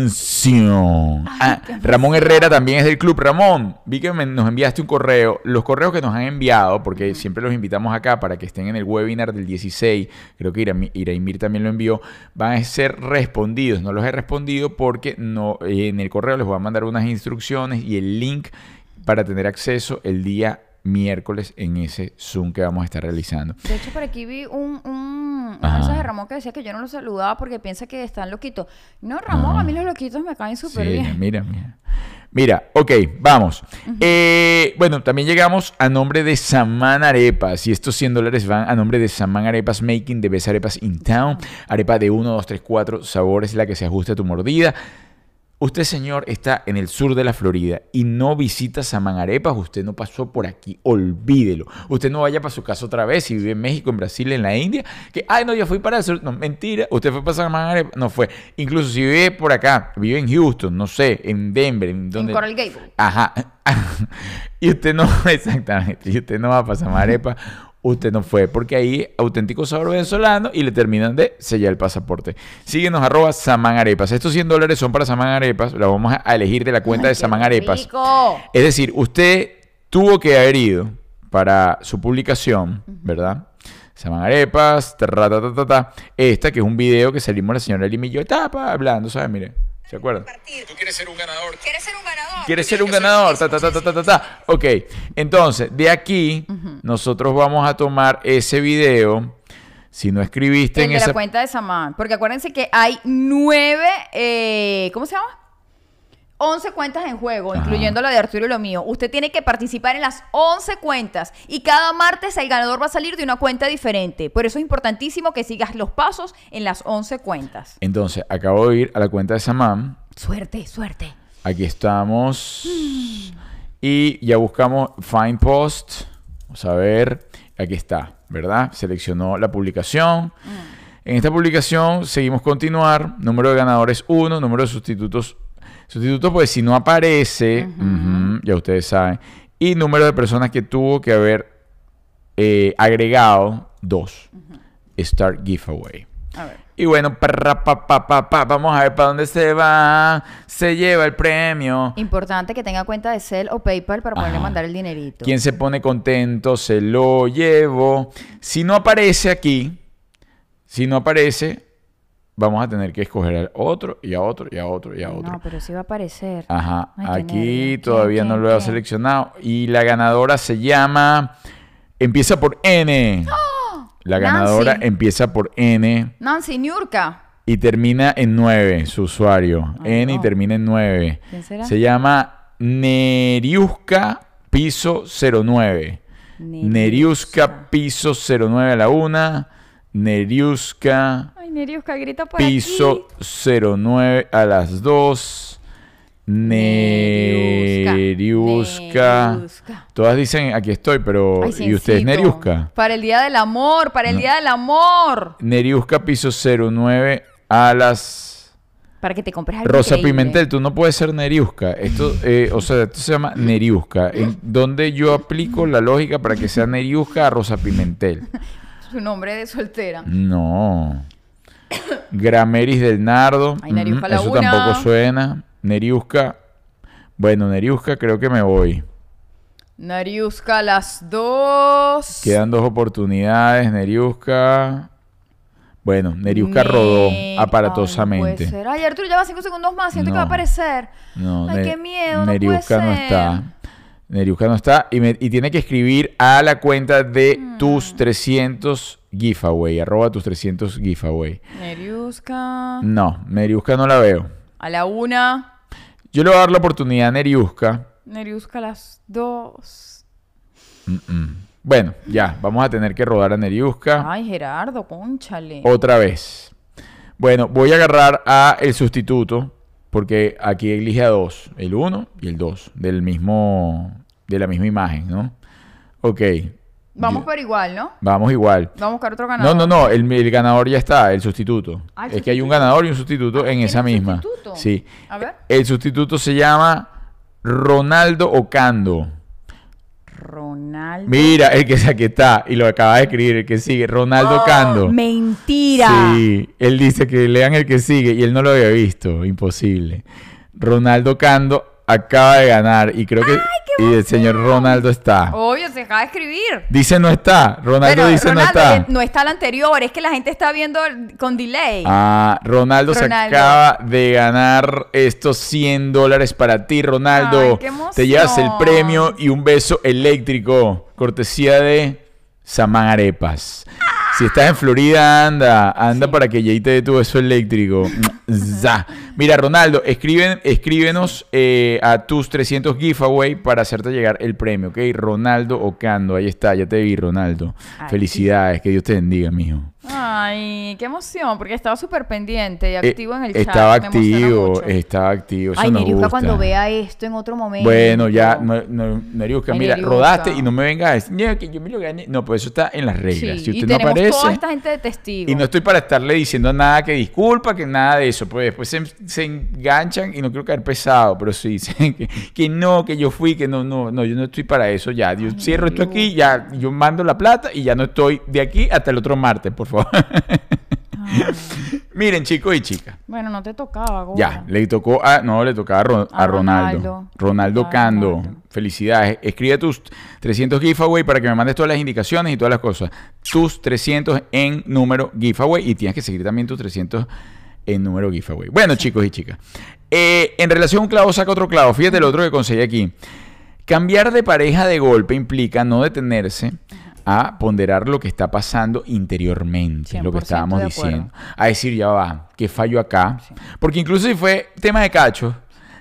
atención. Ah, qué Ramón emoción. Herrera también es del club. Ramón, vi que me- nos enviaste un correo. Los correos que nos han enviado, porque siempre los invitamos acá para que estén en el webinar del dieciséis, creo que Irami- Iraimir también lo envió, van a ser respondidos. No los he respondido porque no, eh, en el correo les voy a mandar unas instrucciones y el link para tener acceso el día miércoles en ese Zoom que vamos a estar realizando. De hecho, por aquí vi un, un, un Ajá. mensaje de Ramón que decía que yo no lo saludaba porque piensa que están loquitos. No, Ramón, Ah. a mí los loquitos me caen súper Sí, bien. mira, mira. Mira, ok, vamos. Eh, bueno, también llegamos a nombre de Samán Arepas. Y estos cien dólares van a nombre de Samán Arepas, making the best arepas in town. Arepa de uno, dos, tres, cuatro sabores, la que se ajuste a tu mordida. Usted, señor, está en el sur de la Florida y no visita Samán Arepas, usted no pasó por aquí, olvídelo. Usted no vaya para su casa otra vez, si vive en México, en Brasil, en la India, que, ay, no, yo fui para el sur. No, mentira, usted fue para Samán Arepas, no fue. Incluso si vive por acá, vive en Houston, no sé, en Denver, en donde... En Coral Gable. Ajá. Y usted no, exactamente, y usted no va para Samán Arepas, usted no fue, porque ahí auténtico sabor venezolano y le terminan de sellar el pasaporte. Síguenos, arroba Samán Arepas. Estos cien dólares son para Samán Arepas, lo vamos a elegir de la cuenta Ay, de qué Samán Arepas. rico. Es decir, usted tuvo que haber ido para su publicación, ¿verdad? Samán Arepas, ta, ta, ta, ta, ta. Esta que es un video que salimos la señora Lim y yo, tapa, hablando, ¿sabes? Mire, ¿se acuerdan? Tú quieres ser un ganador. ¿Quieres ser un ganador? ¿Quieres ser un ganador? Ta, ta, ta, ta, ta, ta, ta. Ok, entonces, de aquí, nosotros vamos a tomar ese video. Si no escribiste El en de esa... la cuenta de Samán. Porque acuérdense que hay nueve, eh, ¿cómo se llama? once cuentas en juego, Ajá. incluyendo la de Arturo y lo mío. Usted tiene que participar en las once cuentas y cada martes el ganador va a salir de una cuenta diferente. Por eso es importantísimo que sigas los pasos en las once cuentas. Entonces, acabo de ir a la cuenta de Samam. Suerte, suerte. Aquí estamos. Y ya buscamos Find Post. Vamos a ver. Aquí está, ¿verdad? Seleccionó la publicación. Mm. En esta publicación seguimos continuar. Número de ganadores uno, número de sustitutos. Sustitutos, pues si no aparece, uh-huh. Uh-huh, ya ustedes saben. Y número de personas que tuvo que haber eh, agregado, dos. Uh-huh. Start giveaway. A ver. Y bueno, pa, pa, pa, pa, pa, vamos a ver para dónde se va. Se lleva el premio. Importante que tenga cuenta de Zelle o PayPal para poderle mandar el dinerito. Quien se pone contento, se lo llevo. Si no aparece aquí, si no aparece, vamos a tener que escoger a otro y a otro y a otro y a otro. No, pero sí va a aparecer. Ajá. Ay, aquí todavía ¿Quién, no lo he seleccionado. Y la ganadora se llama... Empieza por N. ¡Oh! La ganadora Nancy. Empieza por N. Nancy Niurka. Y termina en nueve, su usuario. Ay, N no. Y termina en nueve. ¿Quién será? Se llama Neriuska Piso cero nueve. Neriuska, Neriuska Piso cero nueve a la una. Neriuska... Neriuska, grita por Piso aquí. cero nueve a las dos. Neriuska. Neriuska. Todas dicen, aquí estoy, pero... Ay, ¿y usted es Neriuska? Para el Día del Amor, para el no. Día del Amor. Neriuska, piso cero nueve a las... Para que te compres algo Rosa increíble. Pimentel, tú no puedes ser Neriuska. Esto, eh, o sea, esto se llama Neriuska. ¿En dónde yo aplico la lógica para que sea Neriuska a Rosa Pimentel? Su nombre de soltera. No... Grameris del Nardo. Ay, Neriuska, mm, la eso una. Tampoco suena. Neriuska. Bueno, Neriuska creo que me voy. Neriuska las dos. Quedan dos oportunidades. Neriuska. Bueno, Neriuska ne... rodó aparatosamente. Ay, no Ay, Arturo, ya va cinco segundos más. Siento no, que va a aparecer. No, Ay, ne... qué miedo. Neriuska no, no está. Neriuska no está. Y, me... y tiene que escribir a la cuenta de hmm. tus trescientos giveaway. Arroba tus trescientos giveaway. Neriuska. No, Neriuska no la veo. A la una. Yo le voy a dar la oportunidad a Neriuska. Neriuska a las dos. Mm-mm. Bueno, ya, vamos a tener que rodar a Neriuska. Ay, Gerardo, cónchale. Otra vez. Bueno, voy a agarrar a el sustituto, porque aquí elige a dos, el uno y el dos, del mismo, de la misma imagen, ¿no? Ok. Vamos Yo, por igual, ¿no? Vamos igual. Vamos a buscar otro ganador. No, no, no, el, el ganador ya está, el sustituto. Ah, ¿el es sustituto? Que hay un ganador y un sustituto ah, en esa misma. Sustituto? Sí. A ver. El sustituto se llama Ronaldo Ocando. Ronaldo. Mira, el que, aquí está, y lo acaba de escribir, el que sigue, Ronaldo oh, Cando. ¡Mentira! Sí, él dice que lean el que sigue y él no lo había visto, imposible. Ronaldo Cando acaba de ganar y creo que ¡Ay, qué y el señor Ronaldo está. Obvio, se acaba de escribir. Dice no está, Ronaldo Pero, dice Ronaldo, no está. No está el anterior, es que la gente está viendo con delay. Ah, Ronaldo, Ronaldo. se acaba de ganar estos cien dólares para ti, Ronaldo. Ay, qué emoción. Te llevas el premio y un beso eléctrico, cortesía de Samán Arepas. Si estás en Florida, anda, anda sí. para que Jay te dé tu beso eléctrico. Mira, Ronaldo, escriben, escríbenos eh, a tus trescientos giveaway para hacerte llegar el premio, ¿ok? Ronaldo Ocando, ahí está, ya te vi, Ronaldo. Ay, Felicidades, sí. que Dios te bendiga, mijo. Ay, qué emoción, porque estaba súper pendiente y activo eh, en el chat. Estaba activo, estaba activo. Eso Ay, nos Neriuska, gusta. Cuando vea esto en otro momento. Bueno, ya, no, no, Neriuska, Ay, mira, Neriuska. rodaste y no me vengas a decir, no, que yo me lo gané. No, pues eso está en las reglas. Sí, si usted y no tenemos aparece. toda esta gente de testigos. Y no estoy para estarle diciendo nada que disculpa, que nada de eso. Pues después se, se enganchan y no quiero caer pesado, pero sí dicen que, que no, que yo fui, que no, no, no, yo no estoy para eso ya. Yo Ay, cierro esto aquí, ya, yo mando la plata y ya no estoy de aquí hasta el otro martes, por favor. Miren, chicos y chicas. Bueno, no te tocaba, gorda. Ya, le tocó a... No, le tocaba a, Ron, a, a Ronaldo. Ronaldo, Ronaldo Cando. Ronaldo. Felicidades. Escribe tus trescientos giveaway para que me mandes todas las indicaciones y todas las cosas. Tus trescientos en número giveaway. Y tienes que seguir también tus trescientos en número giveaway. Bueno, sí. chicos y chicas. Eh, en relación a un clavo saca otro clavo. Fíjate el otro que conseguí aquí. Cambiar de pareja de golpe implica no detenerse a ponderar lo que está pasando interiormente, lo que estábamos diciendo. A decir, ya va, ¿qué fallo acá? Sí. Porque incluso si fue tema de cacho,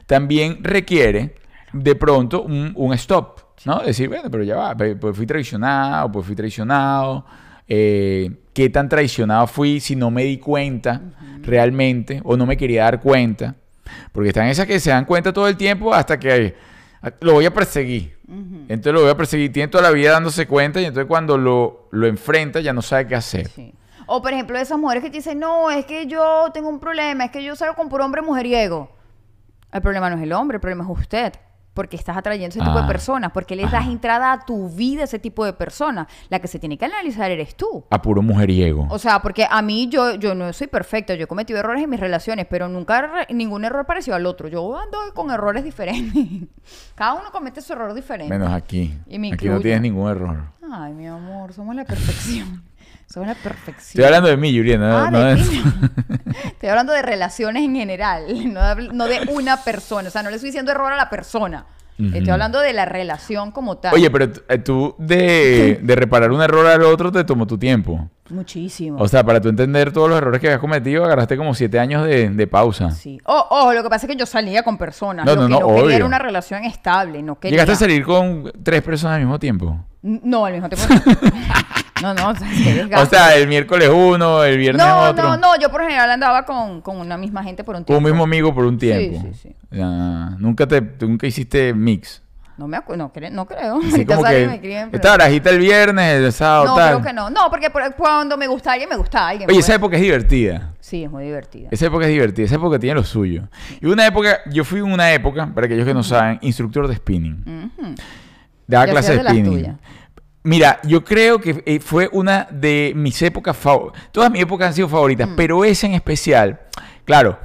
también requiere de pronto un, un stop, ¿no? Decir, bueno, pero ya va, pues fui traicionado, pues fui traicionado. Eh, ¿Qué tan traicionado fui si no me di cuenta uh-huh. realmente o no me quería dar cuenta? Porque están esas que se dan cuenta todo el tiempo hasta que lo voy a perseguir. Uh-huh. Entonces lo voy a perseguir. Tiene toda la vida dándose cuenta y entonces cuando lo, lo enfrenta ya no sabe qué hacer. Sí. O por ejemplo esas mujeres que te dicen, no, es que yo tengo un problema, es que yo salgo con puro hombre mujeriego. El problema no es el hombre, el problema es usted. Porque estás atrayendo ese tipo ah, de personas. Porque le das ajá. entrada a tu vida a ese tipo de personas. La que se tiene que analizar eres tú. A puro mujeriego. O sea, porque a mí yo, yo no soy perfecta. Yo he cometido errores en mis relaciones, pero nunca re, ningún error pareció al otro. Yo ando con errores diferentes. Cada uno comete su error diferente. Menos aquí. Y me aquí no tienes ningún error. Ay, mi amor. Somos la perfección. Somos la perfección. Estoy hablando de mí, Juliana. Ah, no, de no ti. Estoy hablando de relaciones en general. No de, no de una persona. O sea, no le estoy diciendo error a la persona. Uh-huh. Estoy hablando de la relación como tal. Oye, pero tú de, de reparar un error al otro te tomó tu tiempo. Muchísimo. O sea, para tú entender todos los errores que habías cometido, agarraste como siete años de, de pausa. Sí. Ojo, oh, oh, lo que pasa es que yo salía con personas. No, lo no, que no, no obvio. quería era una relación estable. No quería. ¿Llegaste a salir con tres personas al mismo tiempo? No, al mismo tiempo. No, no, o sea, qué desgaste. O sea, el miércoles uno, el viernes no, otro. No, no, yo por general andaba con, con una misma gente por un tiempo. Un mismo amigo por un tiempo. Sí, sí, sí. Ah, nunca te, nunca hiciste mix. No me acuerdo, no, cre no creo. Así como que me escriben, pero... esta barajita el viernes, el sábado, no, tal. No, creo que no. No, porque por, cuando me gusta alguien, me gusta alguien. Oye, pues. esa época es divertida. Sí, es muy divertida. Esa época es divertida. Esa época tiene lo suyo. Y una época, yo fui en una época, para aquellos que no saben, instructor de spinning. Uh-huh. Daba Yo clases de de las spinning. tuyas. Mira, yo creo que fue una de mis épocas favoritas. Todas mis épocas han sido favoritas, mm. pero esa en especial, claro,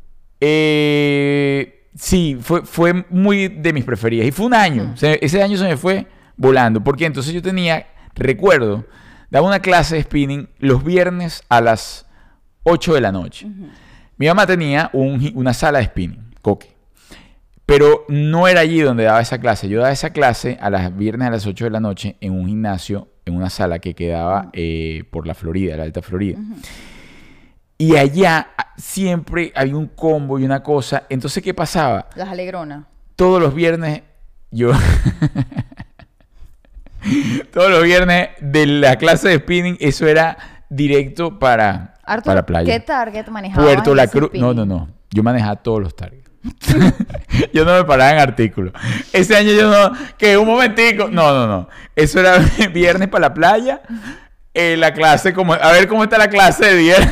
eh... Sí, fue, fue muy de mis preferidas. Y fue un año. Uh-huh. O sea, ese año se me fue volando. Porque entonces yo tenía, recuerdo, daba una clase de spinning los viernes a las ocho de la noche. Uh-huh. Mi mamá tenía un, una sala de spinning, Coque. Pero no era allí donde daba esa clase. Yo daba esa clase a las viernes a las ocho de la noche en un gimnasio, en una sala que quedaba uh-huh. eh, por la Florida, la Alta Florida. Uh-huh. Y allá siempre había un combo y una cosa. Entonces, ¿qué pasaba? Las alegronas. Todos los viernes, yo... Todos los viernes de la clase de spinning, eso era directo para, Arthur, para playa. ¿Qué target manejabas? Puerto La Cruz. No, no, no. Yo manejaba todos los targets. Yo no me paraba en artículos. Ese año yo no... Que un momentico. No, no, no. Eso era viernes para la playa. Eh, la clase como... A ver cómo está la clase de viernes.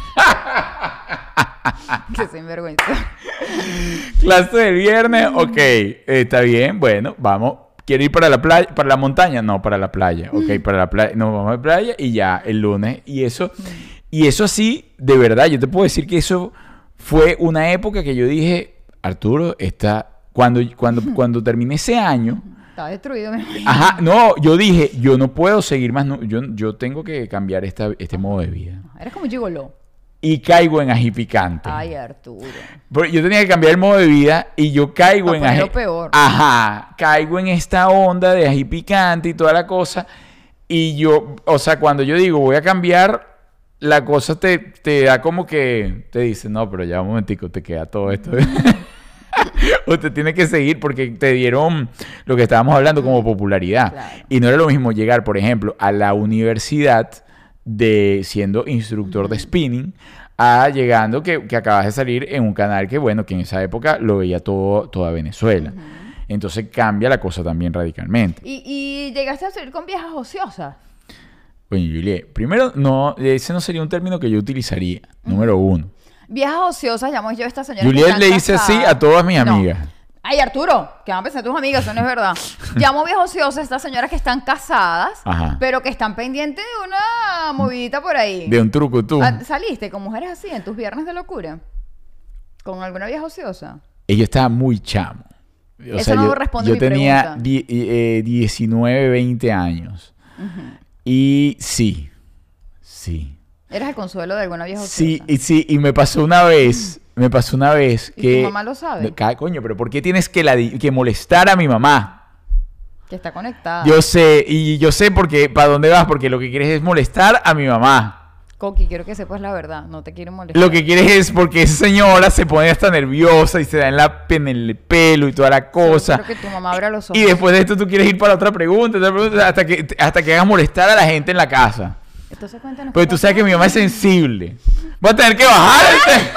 Qué sinvergüenza. Clase del viernes, ok, eh, está bien, bueno, vamos. ¿Quiere ir para la playa, para la montaña? No, para la playa, ok, para la playa, no, vamos a la playa y ya, el lunes. Y eso, y eso así, de verdad, yo te puedo decir que eso fue una época que yo dije, Arturo, está, cuando, cuando, cuando terminé ese año... Estaba destruido, me imagino. Ajá, no, yo dije, yo no puedo seguir más, no, yo, yo tengo que cambiar esta, este modo de vida. Eres como gigoló. Y caigo en ají picante. Ay, Arturo. Pero yo tenía que cambiar el modo de vida y yo caigo Para en ají. lo peor. Ajá, caigo en esta onda de ají picante y toda la cosa. Y yo, o sea, cuando yo digo voy a cambiar, la cosa te, te da como que te dice, no, pero ya un momentico, te queda todo esto. Usted tiene que seguir porque te dieron lo que estábamos hablando como popularidad. Claro. Y no era lo mismo llegar, por ejemplo, a la universidad de siendo instructor uh-huh. de spinning a llegando que, que acabas de salir en un canal que bueno, que en esa época lo veía todo, toda Venezuela. Uh-huh. Entonces cambia la cosa también radicalmente. ¿Y, y llegaste a salir con viejas ociosas? Bueno, Juliet, primero, no, ese no sería un término que yo utilizaría, uh-huh. número uno. Viejas ociosas, llamo yo a esta señora. Juliet le dice así a todas mis no. amigas. Ay, Arturo, que van a pensar tus amigas, eso no es verdad. Llamo viejas ociosas a estas señoras que están casadas, Ajá. pero que están pendientes de una movidita por ahí. De un truco tú. ¿Saliste con mujeres así en tus viernes de locura? ¿Con alguna vieja ociosa? Ella estaba muy chamo. O eso sea, no yo, responde yo mi tenía pregunta. eh, diecinueve, veinte años. Uh-huh. Y sí, sí. ¿Eras el consuelo de alguna vieja ociosa? Sí, y sí, y me pasó una vez... Me pasó una vez ¿Y que... tu mamá lo sabe? Cada coño, pero ¿por qué tienes que, la, que molestar a mi mamá? Que está conectada. Yo sé, y yo sé porque... ¿Para dónde vas? Porque lo que quieres es molestar a mi mamá. Coqui, quiero que sepas la verdad. No te quiero molestar. Lo que quieres es porque esa señora se pone hasta nerviosa y se da en, la, en el pelo y toda la cosa. Quiero que tu mamá abra los ojos. Y después de esto tú quieres ir para otra pregunta, otra pregunta hasta que, hasta que hagas molestar a la gente en la casa. Entonces cuéntanos. Porque tú sabes que mi mamá es sensible. Voy a tener que bajar.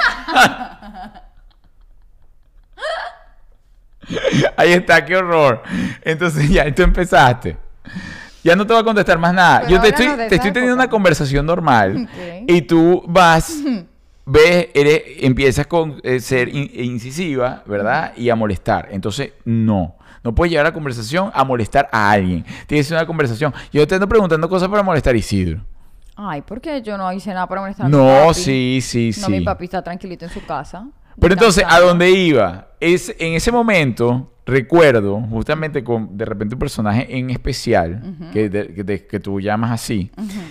Ahí está, qué horror. Entonces ya, tú empezaste. Ya no te voy a contestar más nada. Pero Yo te estoy, háblanos de te esa estoy teniendo época. una conversación normal. Ok. Y tú vas, ves, eres, empiezas con eh, ser in- incisiva, ¿verdad? Y a molestar. Entonces, no. No puedes llevar la conversación a molestar a alguien. Tiene que ser una conversación. Yo te ando preguntando cosas para molestar a Isidro. Ay, ¿por qué yo no hice nada para molestar a mi No, papi? sí, sí, No, sí. mi papi está tranquilito en su casa. Pero entonces, ¿a descansando. dónde iba? Es, en ese momento, recuerdo justamente con de repente un personaje en especial, que, de- que, de- que tú llamas así.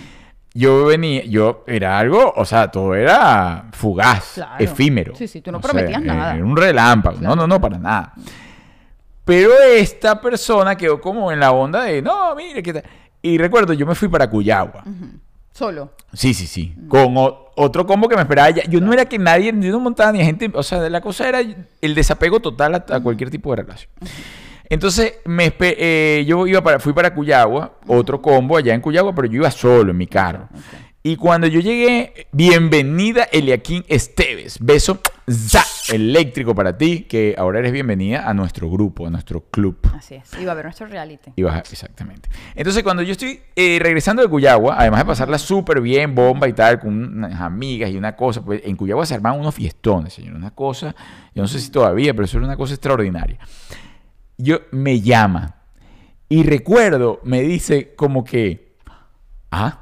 Yo venía, yo era algo, o sea, todo era fugaz, Claro. efímero. Sí, sí, tú no O sea, prometías eh, nada. Era un relámpago. No, no, no, para nada. Pero esta persona quedó como en la onda de, no, mire, ¿qué tal? Y recuerdo, yo me fui para Cuyagua. Solo. Sí, sí, sí. Con o- otro combo que me esperaba allá. Yo no era que nadie, yo no montaba ni a gente. O sea, la cosa era el desapego total a, a cualquier tipo de relación. Entonces, me espe- eh, yo iba para, fui para Cuyagua, otro combo allá en Cuyagua, pero yo iba solo en mi carro. Y cuando yo llegué, bienvenida Eliaquín Esteves. Beso za, eléctrico para ti, que ahora eres bienvenida a nuestro grupo, a nuestro club. Así es. Iba a ver nuestro reality. Y baja, exactamente. Entonces, cuando yo estoy eh, regresando de Cuyagua, además de pasarla súper bien, bomba y tal, con unas amigas y una cosa, pues en Cuyagua se armaban unos fiestones, señor. Una cosa, yo no sé si todavía, pero eso era una cosa extraordinaria. Yo me llama y recuerdo, me dice como que, ah,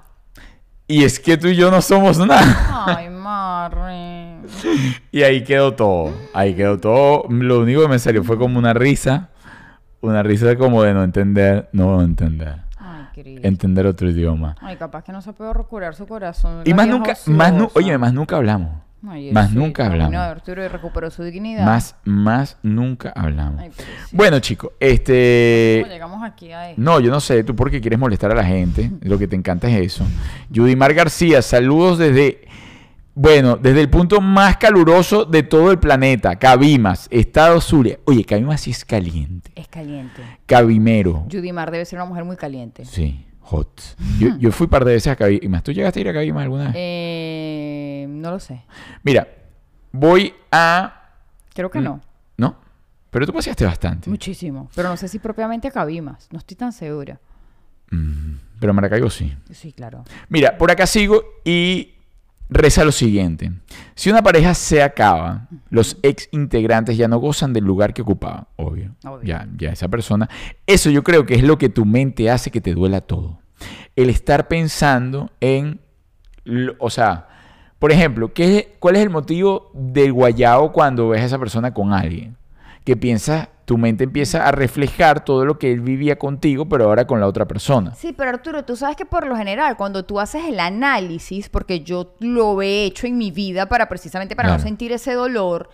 y es que tú y yo no somos nada. Ay, Marry. Y ahí quedó todo, ahí quedó todo. Lo único que me salió fue como una risa, una risa como de no entender, no entender. Ay, querido. Entender otro idioma. Ay, capaz que no se puede recuperar su corazón. Y La más vieja nunca, más nu- ociosa. oye, más nunca hablamos. Ay, más sí, nunca camino hablamos. de Arturo y recuperó su dignidad. Más, más nunca hablamos. Ay, pobrecito. Bueno, chicos, este... ¿Cómo llegamos aquí a esto? No, yo no sé, tú porque quieres molestar a la gente, lo que te encanta es eso. Yudimar García, saludos desde, bueno, desde el punto más caluroso de todo el planeta, Cabimas, Estado Zulia. Oye, Cabimas sí es caliente. Es caliente. Cabimero. Judimar debe ser una mujer muy caliente. Sí, hot. Yo, yo fui un par de veces a Cabimas. ¿Tú llegaste a ir a Cabimas alguna vez? Eh, no lo sé. Mira, voy a... Creo que no. ¿No? Pero tú paseaste bastante. Muchísimo. Pero no sé si propiamente a Cabimas. No estoy tan segura. Mm, pero Maracaibo sí. Sí, claro. Mira, por acá sigo y reza lo siguiente. Si una pareja se acaba, los ex integrantes ya no gozan del lugar que ocupaban. Obvio. Obvio. Ya, ya esa persona. Eso yo creo que es lo que tu mente hace que te duela todo. El estar pensando en... lo- o sea, por ejemplo, ¿qué, ¿cuál es el motivo del guayao cuando ves a esa persona con alguien? Que piensas, tu mente empieza a reflejar todo lo que él vivía contigo, pero ahora con la otra persona. Sí, pero Arturo, tú sabes que por lo general, cuando tú haces el análisis, porque yo lo he hecho en mi vida para precisamente para Claro. no sentir ese dolor,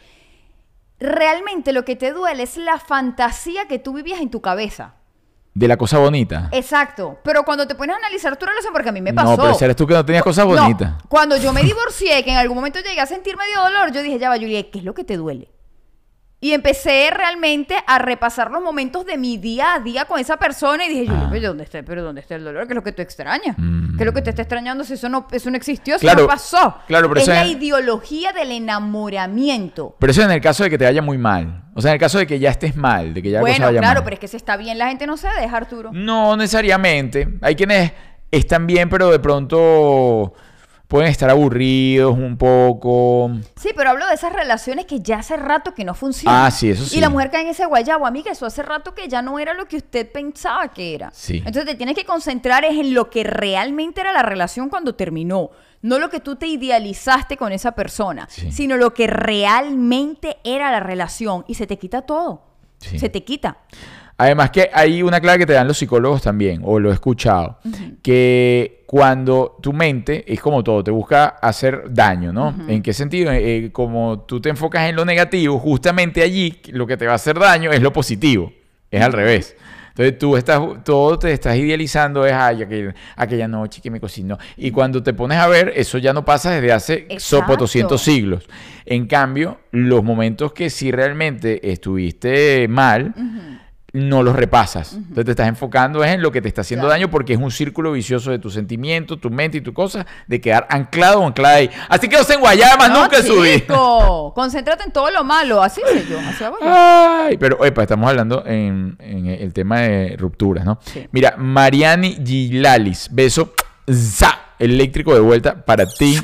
realmente lo que te duele es la fantasía que tú vivías en tu cabeza. De la cosa bonita. Exacto. Pero cuando te pones a analizar tu relación, porque a mí me pasó. No, pero si eres tú que no tenías cosas No, bonitas. cuando yo me divorcié, que en algún momento llegué a sentir medio dolor, yo dije, ya va, Juliet, ¿qué es lo que te duele? Y empecé realmente a repasar los momentos de mi día a día con esa persona y dije, Juliet, Ah. pero ¿dónde está, pero ¿dónde está el dolor? ¿Qué es lo que tú extrañas? Mm. ¿Qué es lo que te está extrañando si eso no, eso no existió, eso Claro, no pasó? claro, pero es eso la es- ideología del enamoramiento. Pero eso en el caso de que te vaya muy mal. O sea, en el caso de que ya estés mal, de que ya la cosa Bueno, vaya claro, mal. pero es que si está bien la gente no se deja, Arturo. No necesariamente. Hay quienes están bien, pero de pronto pueden estar aburridos un poco. Sí, pero hablo de esas relaciones que ya hace rato que no funcionan. Ah, sí, eso sí. Y la mujer cae en ese guayabo, amiga, eso hace rato que ya no era lo que usted pensaba que era. Sí. Entonces te tienes que concentrar es en lo que realmente era la relación cuando terminó. No lo que tú te idealizaste con esa persona, Sí. sino lo que realmente era la relación. Y se te quita todo. Sí. Se te quita. Además que hay una clave que te dan los psicólogos también, o lo he escuchado, que cuando tu mente, es como todo, te busca hacer daño, ¿no? ¿En qué sentido? Eh, como tú te enfocas en lo negativo, justamente allí lo que te va a hacer daño es lo positivo, es al revés. Entonces tú estás, todo te estás idealizando, es ay, aquel, aquella noche que me cocinó. Y cuando te pones a ver, eso ya no pasa desde hace sopo doscientos siglos. En cambio, los momentos que sí realmente estuviste mal, uh-huh. no los repasas. Uh-huh. Entonces te estás enfocando en lo que te está haciendo claro. daño, porque es un círculo vicioso de tus sentimientos, tu mente y tu cosa, de quedar anclado o anclada ahí. Así que no se enguayaba más no, nunca en su vida. Concéntrate en todo lo malo. Así es yo. Así hago yo. Ay, pero epa, estamos hablando en, en el tema de rupturas, ¿no? Sí. Mira, Mariani Gilalis, beso za, eléctrico de vuelta para ti.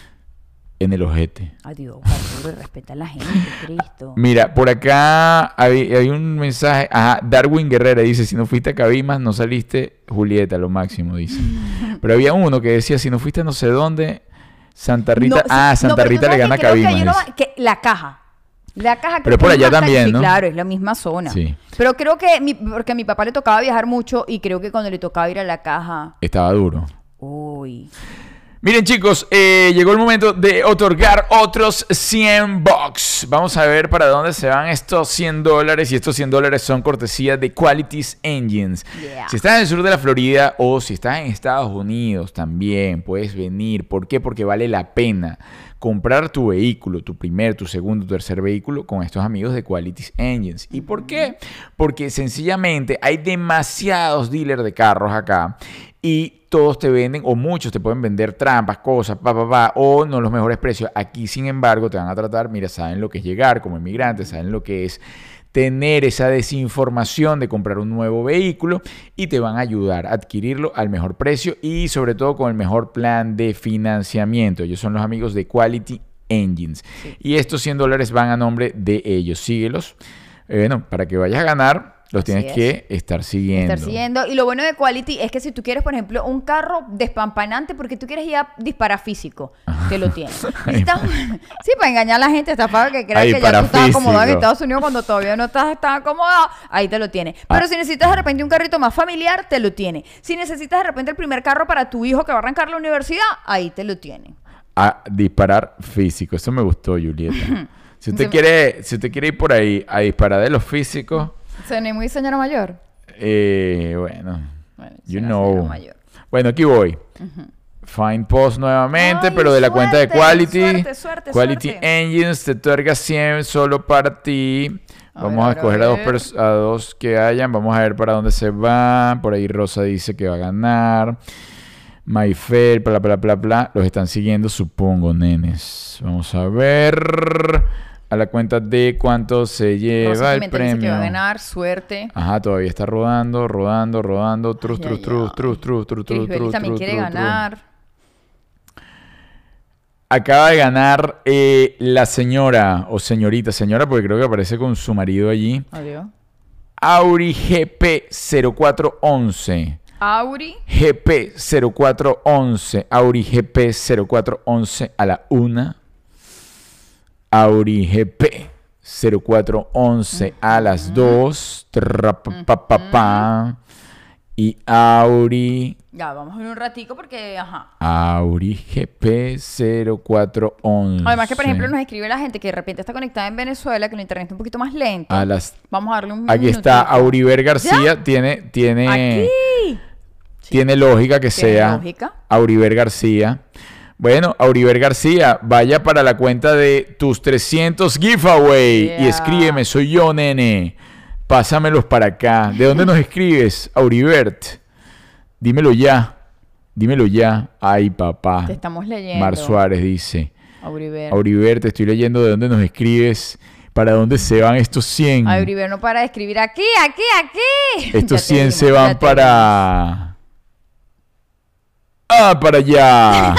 En el ojete. Adiós, Arturo, respeta a la gente, Cristo. Mira, por acá hay, hay un mensaje. Ajá, Darwin Guerrera dice, si no fuiste a Cabimas, no saliste Julieta, lo máximo, dice. Pero había uno que decía, si no fuiste no sé dónde, Santa Rita... No, ah, Santa no, Rita le gana a Cabimas. Que no, que la caja. La caja pero por allá también, sí, ¿no? Claro, es la misma zona. Sí. Pero creo que, mi, porque a mi papá le tocaba viajar mucho y creo que cuando le tocaba ir a la caja... Estaba duro. Uy... Miren chicos, eh, llegó el momento de otorgar otros cien bucks. Vamos a ver para dónde se van estos cien dólares. Y estos cien dólares son cortesía de Qualities Engines. Yeah. Si estás en el sur de la Florida o si estás en Estados Unidos también puedes venir. ¿Por qué? Porque vale la pena comprar tu vehículo, tu primer, tu segundo, tu tercer vehículo con estos amigos de Qualities Engines. ¿Y por qué? Porque sencillamente hay demasiados dealers de carros acá y todos te venden, o muchos te pueden vender trampas, cosas, pa, pa, pa, o no los mejores precios. Aquí, sin embargo, te van a tratar, mira, saben lo que es llegar como inmigrantes, saben lo que es tener esa desinformación de comprar un nuevo vehículo y te van a ayudar a adquirirlo al mejor precio y sobre todo con el mejor plan de financiamiento. Ellos son los amigos de Quality Engines. Sí. Y estos cien dólares van a nombre de ellos. Síguelos. Eh, bueno, para que vayas a ganar, los Así tienes es. que estar siguiendo. Estar siguiendo. Y lo bueno de Quality es que si tú quieres, por ejemplo, un carro despampanante porque tú quieres ir a disparar físico, te lo tienes. Está... sí, para engañar a la gente, está para que crean que ya tú estás acomodado en Estados Unidos cuando todavía no estás tan acomodado. Ahí te lo tienes. Pero ah. si necesitas de repente un carrito más familiar, te lo tiene. Si necesitas de repente el primer carro para tu hijo que va a arrancar la universidad, ahí te lo tiene. A disparar físico. Eso me gustó, Julieta. Si usted, quiere, si usted quiere ir por ahí a disparar de los físicos... ¿Se ni muy señora mayor? Eh, bueno, bueno you know. Bueno, aquí voy. Uh-huh. Find post nuevamente, Ay, pero de la suerte, cuenta de Quality. Suerte, suerte, Quality suerte. Engines te otorga cien solo para ti. A Vamos ver, a escoger a, a, dos pers- a dos que hayan. Vamos a ver para dónde se van. Por ahí Rosa dice que va a ganar. Mayfair, bla, bla, bla, bla. Los están siguiendo, supongo, nenes. Vamos a ver... A la cuenta de cuánto se lleva el premio. Dice que va a ganar, suerte. Ajá, todavía está rodando, rodando, rodando. Trus, trus, trus, trus, trus, trus, trus, trus. también quiere ganar. Acaba de ganar eh, la señora, o señorita, señora, porque creo que aparece con su marido allí. Adiós. Auri G P cero cuatro once. Auri. G P cero cuatro once. Auri G P cero cuatro once a la una. Auri G P cero cuatro once uh-huh. a las dos. Uh-huh. Y Auri... Ya, vamos a ver un ratico porque... Ajá. Auri G P cero cuatro once. Además que, por ejemplo, nos escribe la gente que de repente está conectada en Venezuela, que el internet está un poquito más lento. A las... Vamos a darle un Aquí minutito. Está Auriver García. Tiene... tiene Aquí. Tiene sí. lógica que ¿Tiene sea lógica? Auriver García. Bueno, Auriver García, vaya para la cuenta de tus trescientos giveaway yeah. y escríbeme, soy yo, nene. Pásamelos para acá. ¿De dónde nos escribes, Auribert? Dímelo ya. Dímelo ya. Ay, papá. Te estamos leyendo. Mar Suárez dice. Auribert. Auribert, te estoy leyendo de dónde nos escribes. ¿Para dónde se van estos cien? Auribert no para de escribir aquí, aquí, aquí. Estos cien dimos, se van para... ¡Ah, para allá!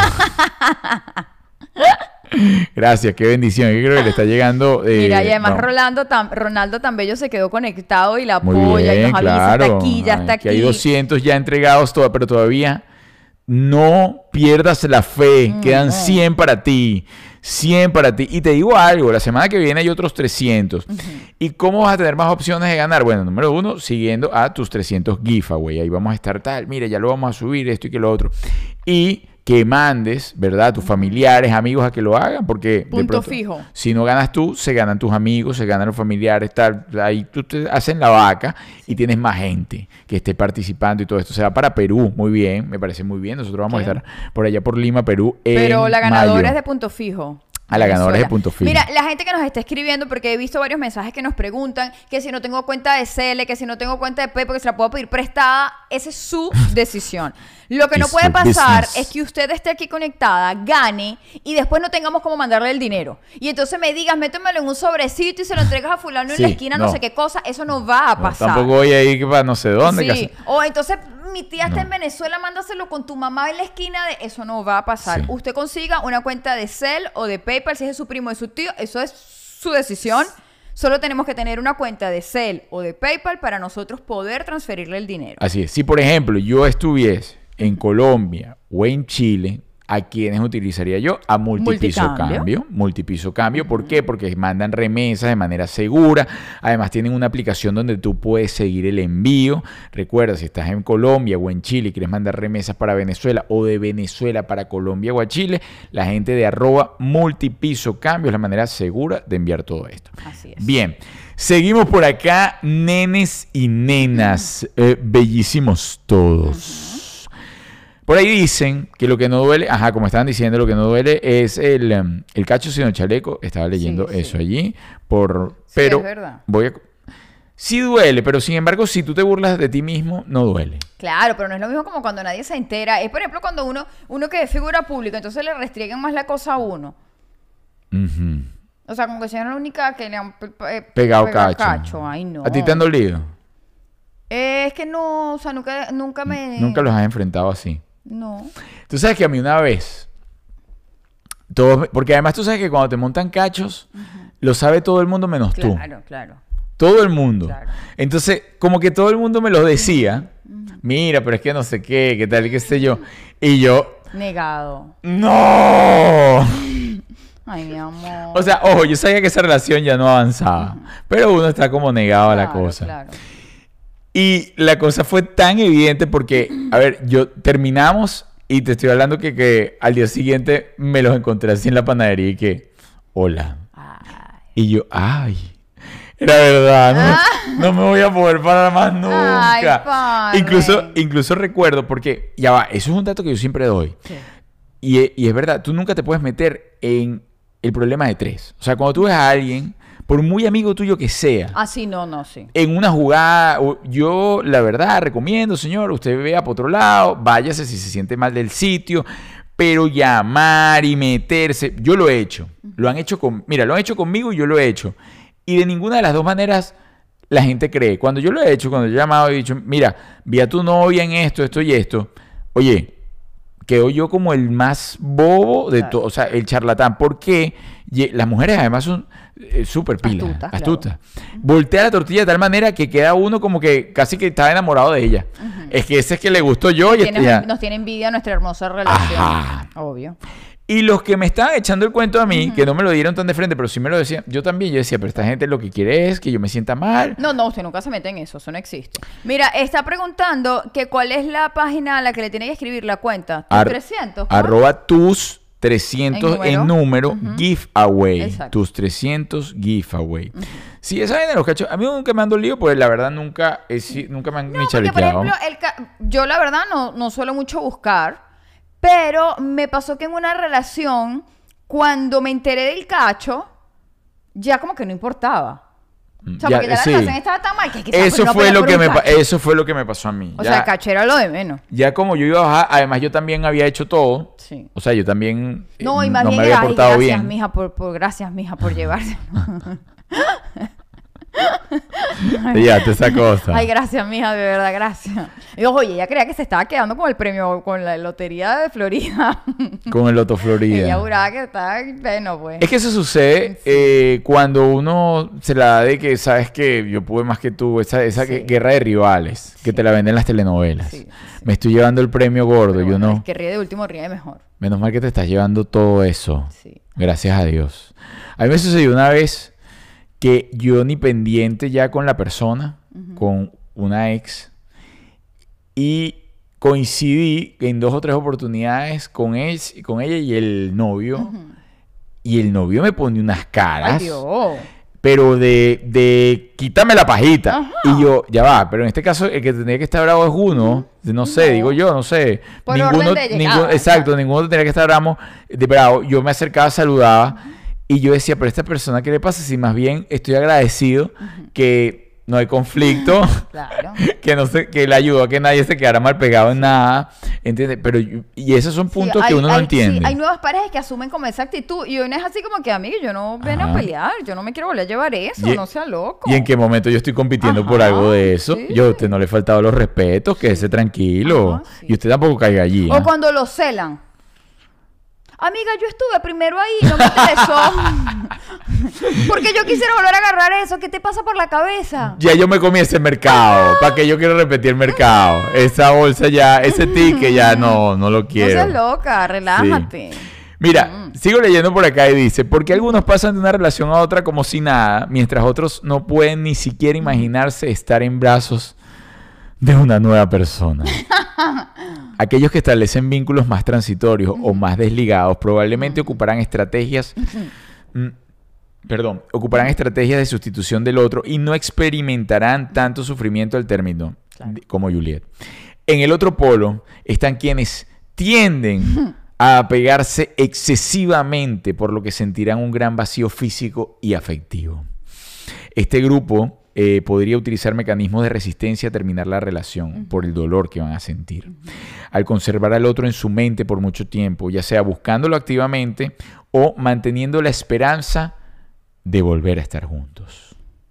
Gracias, qué bendición. Yo creo que le está llegando... Eh, Mira, y además no. Rolando tan, Ronaldo tan bello se quedó conectado y la apoya. Bien, y nos claro. Está aquí, ya está Ay, aquí. Que hay doscientos ya entregados, todo, pero todavía no pierdas la fe. Mm, Quedan mm. cien para ti. cien para ti. Y te digo algo, la semana que viene hay otros trescientos. Uh-huh. ¿Y cómo vas a tener más opciones de ganar? Bueno, número uno, siguiendo a tus trescientos giveaway. Ahí vamos a estar tal, mire, ya lo vamos a subir, esto y que lo otro. Y que mandes, ¿verdad? A tus familiares, amigos a que lo hagan, porque de Punto pronto, fijo. si no ganas tú, se ganan tus amigos, se ganan los familiares, tal. Ahí tú te hacen la vaca y tienes más gente que esté participando y todo esto. Se va para Perú, muy bien, me parece muy bien. Nosotros vamos ¿Qué? a estar por allá por Lima, Perú, en Pero la ganadora mayo. es de Punto Fijo. A la ganadora es de Venezuela. Punto Fijo. Mira, la gente que nos está escribiendo, porque he visto varios mensajes que nos preguntan que si no tengo cuenta de Cele, que si no tengo cuenta de PayPal, que se la puedo pedir prestada, esa es su decisión. Lo que no It's puede your pasar business. es que usted esté aquí conectada, gane y después no tengamos cómo mandarle el dinero. Y entonces me digas, métemelo en un sobrecito y se lo entregas a fulano en Sí, la esquina, no. no. sé qué cosa. Eso no va a No, pasar. tampoco voy a ir para no sé dónde. Sí. que- O entonces mi tía está No. en Venezuela, mándaselo con tu mamá en la esquina de eso no va a pasar. Sí. Usted consiga una cuenta de Zelle o de PayPal, si es de su primo o de su tío, eso es su decisión. Solo tenemos que tener una cuenta de Zelle o de PayPal para nosotros poder transferirle el dinero. Así es. Si, por ejemplo, yo estuviese en Colombia o en Chile, ¿a quiénes utilizaría yo? A multipiso Multicambio. cambio. Multipiso cambio. ¿Por qué? Porque mandan remesas de manera segura. Además, tienen una aplicación donde tú puedes seguir el envío. Recuerda, si estás en Colombia o en Chile y quieres mandar remesas para Venezuela o de Venezuela para Colombia o a Chile, la gente de arroba multipiso cambio es la manera segura de enviar todo esto. Así es. Bien. Seguimos por acá, nenes y nenas, eh, bellísimos todos. Por ahí dicen que lo que no duele, ajá, como estaban diciendo, lo que no duele es el, em, el cacho sino chaleco. Estaba leyendo Sí, sí. eso allí, por, Sí, pero es verdad. voy a, sí duele, pero sin embargo, si tú te burlas de ti mismo, no duele. Claro, pero no es lo mismo como cuando nadie se entera. Es, por ejemplo, cuando uno, uno que es figura pública, entonces le restriegan más la cosa a uno. Ujú. O sea, como que soy la única que le han pe- pe- Pegado pegado cacho. Ay, no. ¿A ti te han dolido? Eh, es que no, o sea, nunca, nunca me... Nunca los has enfrentado así. No. Tú sabes que a mí una vez, todos, porque además tú sabes que cuando te montan cachos, lo sabe todo el mundo menos tú. Claro, claro. Todo el mundo. Claro. Entonces, como que todo el mundo me lo decía. Mira, pero es que no sé qué, qué tal, qué sé yo. Y yo, Negado. ¡no! Ay, mi amor. O sea, ojo, yo sabía que esa relación ya no avanzaba. Pero uno está como negado a la Claro, cosa. Claro. Y la cosa fue tan evidente porque, a ver, yo terminamos y te estoy hablando que, que al día siguiente me los encontré así en la panadería y que, hola. Ay. Y yo, ay, era verdad, no, no me voy a poder parar más nunca. Ay, padre. incluso, incluso recuerdo, porque ya va, eso es un dato que yo siempre doy. Sí. Y, e- y es verdad, tú nunca te puedes meter en el problema de tres. O sea, cuando tú ves a alguien, por muy amigo tuyo que sea, Ah, sí, no, no, sí. en una jugada, o- yo la verdad recomiendo, señor, usted vea por otro lado, váyase si se siente mal del sitio, pero llamar y meterse, yo lo he hecho, lo han hecho con, mira, lo han hecho conmigo y yo lo he hecho, y de ninguna de las dos maneras la gente cree. Cuando yo lo he hecho, cuando yo he llamado y he dicho, mira, vi a tu novia en esto, esto y esto, oye, quedo yo como el más bobo de Claro. todo, o sea, el charlatán, porque ye- las mujeres además son eh, súper pilas, Astutas, astutas. Voltea la tortilla de tal manera que queda uno como que casi que está enamorado de ella. Es que ese es que le gustó yo y Tiene- ya. nos tiene envidia nuestra hermosa relación. Ajá. Obvio. Y los que me estaban echando el cuento a mí, que no me lo dieron tan de frente, pero sí me lo decían, yo también, yo decía, pero esta gente lo que quiere es que yo me sienta mal. No, no, usted nunca se mete en eso, eso no existe. Mira, está preguntando que cuál es la página a la que le tiene que escribir la cuenta. ¿Tus Ar- trescientos? ¿cómo? Arroba tus trescientos En en número. número, giveaway. Exacto. Tus trescientos giveaway. Sí, esa vaina de los cachos, a mí nunca me han dolido, pues la verdad nunca, he si- nunca me han ni No, porque por chalequeado. ejemplo, el ca- yo la verdad no, no suelo mucho buscar, pero me pasó que en una relación, cuando me enteré del cacho, ya como que no importaba. O sea, Ya, porque ya la sí. relación estaba tan mal que, que Eso no fue podía lo por que un me pa- cacho. eso fue lo que me pasó a mí. O Ya- sea, el cacho era lo de menos. Ya como yo iba a bajar, además yo también había hecho todo. Sí. O sea, yo también eh, No, y más no bien me había era, "Ay, portado gracias, bien. mija, por, por, gracias, mija, por llevarse. Ya, te esa cosa. Ay, gracias, mija, de verdad, gracias. Y ojo, oye, ella creía que se estaba quedando con el premio, con la lotería de Florida. Con el Loto Florida. Ella juraba que estaba, bueno, pues. Es que eso sucede eh, cuando uno se la da de que sabes que yo pude más que tú, esa, esa Sí. guerra de rivales que Sí. te la venden las telenovelas. Sí, sí. Me estoy llevando el premio gordo, Pero yo bueno, no. el que ríe de último ríe mejor. Menos mal que te estás llevando todo eso. Sí. Gracias a Dios. A mí me sucedió una vez que yo ni pendiente ya con la persona, con una ex, y coincidí en dos o tres oportunidades con, él, con ella y el novio. Uh-huh. Y el novio me pone unas caras. Ay, Dios. Pero de, de quítame la pajita. Ajá. Y yo, ya va, pero en este caso el que tendría que estar bravo es uno. No sé, No. digo yo, no sé. Por ninguno, orden de ninguno, llegada. exacto, ninguno tendría que estar bravo, de bravo. Yo me acercaba, saludaba. Y yo decía, pero esta persona, ¿qué le pasa? Si más bien estoy agradecido uh-huh. que no hay conflicto, claro. que no se, que le ayudó a que nadie se quedara mal pegado en nada, ¿entiendes? Pero, y esos son puntos sí, hay, que uno hay, no entiende. Sí, hay nuevas parejas que asumen como esa actitud y uno es así como que, amigo, yo no vengo a pelear, yo no me quiero volver a llevar eso, y, no sea loco. ¿Y en qué momento yo estoy compitiendo Ajá, por algo de eso? sí. Yo a usted no le he faltado los respetos, quédese tranquilo. Ajá, sí. Y usted tampoco caiga allí. O ¿eh? cuando lo celan. Amiga, yo estuve primero ahí, no me interesó. Porque yo quisiera volver a agarrar eso. ¿Qué te pasa por la cabeza? Ya yo me comí ese mercado. ¿Para qué yo quiero repetir el mercado? Esa bolsa ya, ese ticket ya no, no lo quiero. No seas loca, relájate. Sí. Mira, mm. sigo leyendo por acá y dice, porque algunos pasan de una relación a otra como si nada, mientras otros no pueden ni siquiera imaginarse estar en brazos de una nueva persona. Aquellos que establecen vínculos más transitorios uh-huh. o más desligados probablemente uh-huh. ocuparán estrategias, mm, perdón, ocuparán estrategias de sustitución del otro y no experimentarán tanto sufrimiento al término, claro. como Juliet. En el otro polo están quienes tienden uh-huh. a apegarse excesivamente, por lo que sentirán un gran vacío físico y afectivo. Este grupo Eh, podría utilizar mecanismos de resistencia a terminar la relación uh-huh. por el dolor que van a sentir. Uh-huh. Al conservar al otro en su mente por mucho tiempo, ya sea buscándolo activamente o manteniendo la esperanza de volver a estar juntos.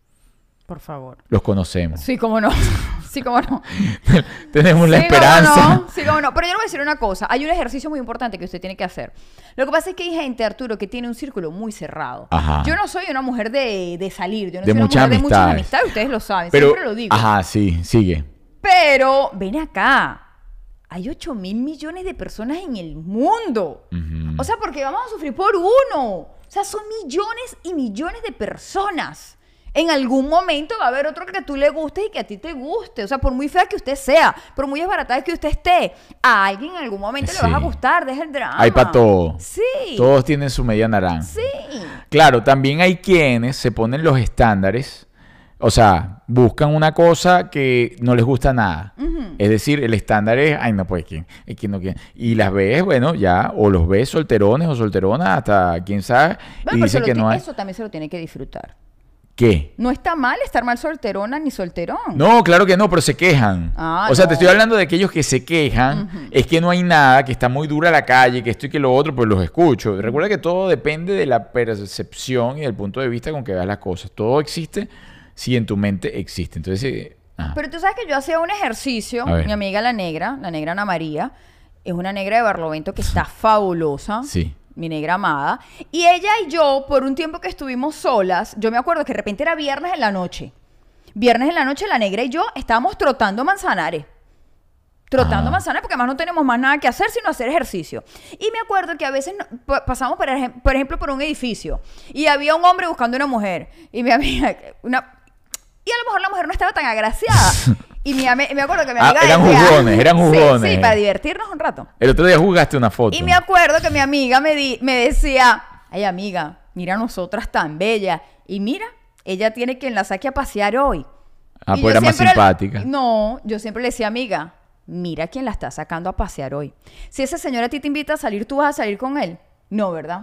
Por favor. Los conocemos. Sí, cómo no. Sí, cómo no. Tenemos la sí, esperanza. Cómo no. Sí, cómo no. Pero yo le voy a decir una cosa. Hay un ejercicio muy importante que usted tiene que hacer. Lo que pasa es que hay gente, Arturo, que tiene un círculo muy cerrado. Ajá. Yo no soy una mujer de, de salir. Yo no de soy una mujer amistades. de muchas amistades. Ustedes lo saben. Pero, siempre lo digo. Ajá, sí. Sigue. Pero, ven acá. Hay ocho mil millones de personas en el mundo. Uh-huh. O sea, porque vamos a sufrir por uno. O sea, son millones y millones de personas. En algún momento va a haber otro que a tú le guste y que a ti te guste. O sea, por muy fea que usted sea, por muy desbaratada que usted esté, a alguien en algún momento sí. le vas a gustar. Deja el drama. Hay para todo. Sí. Todos tienen su media naranja. Sí. Claro, también hay quienes se ponen los estándares. O sea, buscan una cosa que no les gusta nada. Uh-huh. Es decir, el estándar es, ay, no, pues, ¿quién? ¿quién no quién? Y las ves, bueno, ya, o los ves solterones o solteronas, hasta quién sabe, bueno, y dicen que t- no hay... Eso también se lo tiene que disfrutar. ¿Qué? No está mal estar mal solterona ni solterón. No, claro que no, pero se quejan. Ah, o sea, no. te estoy hablando de aquellos que se quejan, uh-huh. es que no hay nada, que está muy dura la calle, que esto y que lo otro, pues los escucho. Recuerda que todo depende de la percepción y del punto de vista con que veas las cosas. Todo existe si en tu mente existe. Entonces, ajá. Pero tú sabes que yo hacía un ejercicio, mi amiga la negra, la negra Ana María, es una negra de Barlovento que está fabulosa. Sí. Mi negra amada. Y ella y yo, por un tiempo que estuvimos solas, yo me acuerdo que de repente era viernes en la noche. Viernes en la noche, la negra y yo estábamos trotando Manzanares. Trotando ah. Manzanares porque además no tenemos más nada que hacer sino hacer ejercicio. Y me acuerdo que a veces no, pasamos, por, ejem- por ejemplo, por un edificio y había un hombre buscando una mujer. Y mi amiga, una... Y a lo mejor la mujer no estaba tan agraciada. Y mi am- me acuerdo que mi amiga ah, eran decía, jugones, eran jugones. Sí, sí, para divertirnos un rato. El otro día jugaste una foto. Y me acuerdo que mi amiga me, di- me decía, ay amiga, mira a nosotras tan bellas. Y mira, ella tiene quien la saque a pasear hoy. Ah, y pues era más simpática. Le- no, yo siempre le decía, amiga, mira quién la está sacando a pasear hoy. Si esa señora a ti te invita a salir, ¿tú vas a salir con él? No, ¿verdad?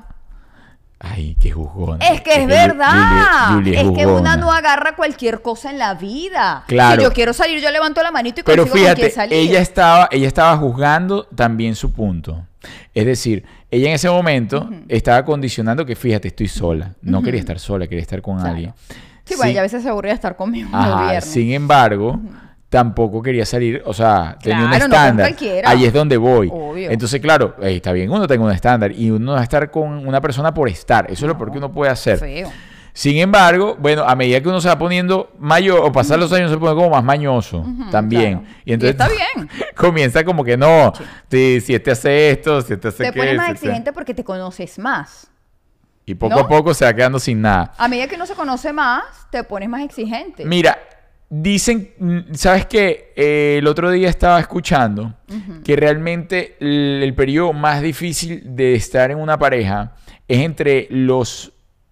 Ay, qué jugona. Es que es, es verdad. Julie, Julie es, es que una no agarra cualquier cosa en la vida. Claro. Si yo quiero salir, yo levanto la manito y Pero consigo fíjate, con quién salir. ella estaba, ella estaba juzgando también su punto. Es decir, ella en ese momento uh-huh. estaba condicionando que, fíjate, estoy sola. No uh-huh. quería estar sola, quería estar con claro. alguien. Sí, bueno, sí. ella a veces se aburría de estar conmigo Ajá, los viernes. Sin embargo... Uh-huh. tampoco quería salir, o sea, tenía claro, un estándar. No ahí es donde voy. Obvio. Entonces, claro, eh, está bien, uno tenga un estándar y uno va a estar con una persona por estar. Eso no, es lo peor que uno puede hacer. Feo. Sin embargo, bueno, a medida que uno se va poniendo mayor o pasar los años se pone como más mañoso uh-huh, también. Claro. Y entonces y está bien. comienza como que no, sí. si, si este hace esto, si este hace te qué. Te pones más si exigente porque te conoces más. Y poco ¿no? a poco se va quedando sin nada. A medida que uno se conoce más, te pones más exigente. Mira, dicen, mm, ¿sabes qué? Eh, el otro día estaba escuchando Ujú. que realmente el, el periodo más difícil de estar en una pareja es entre los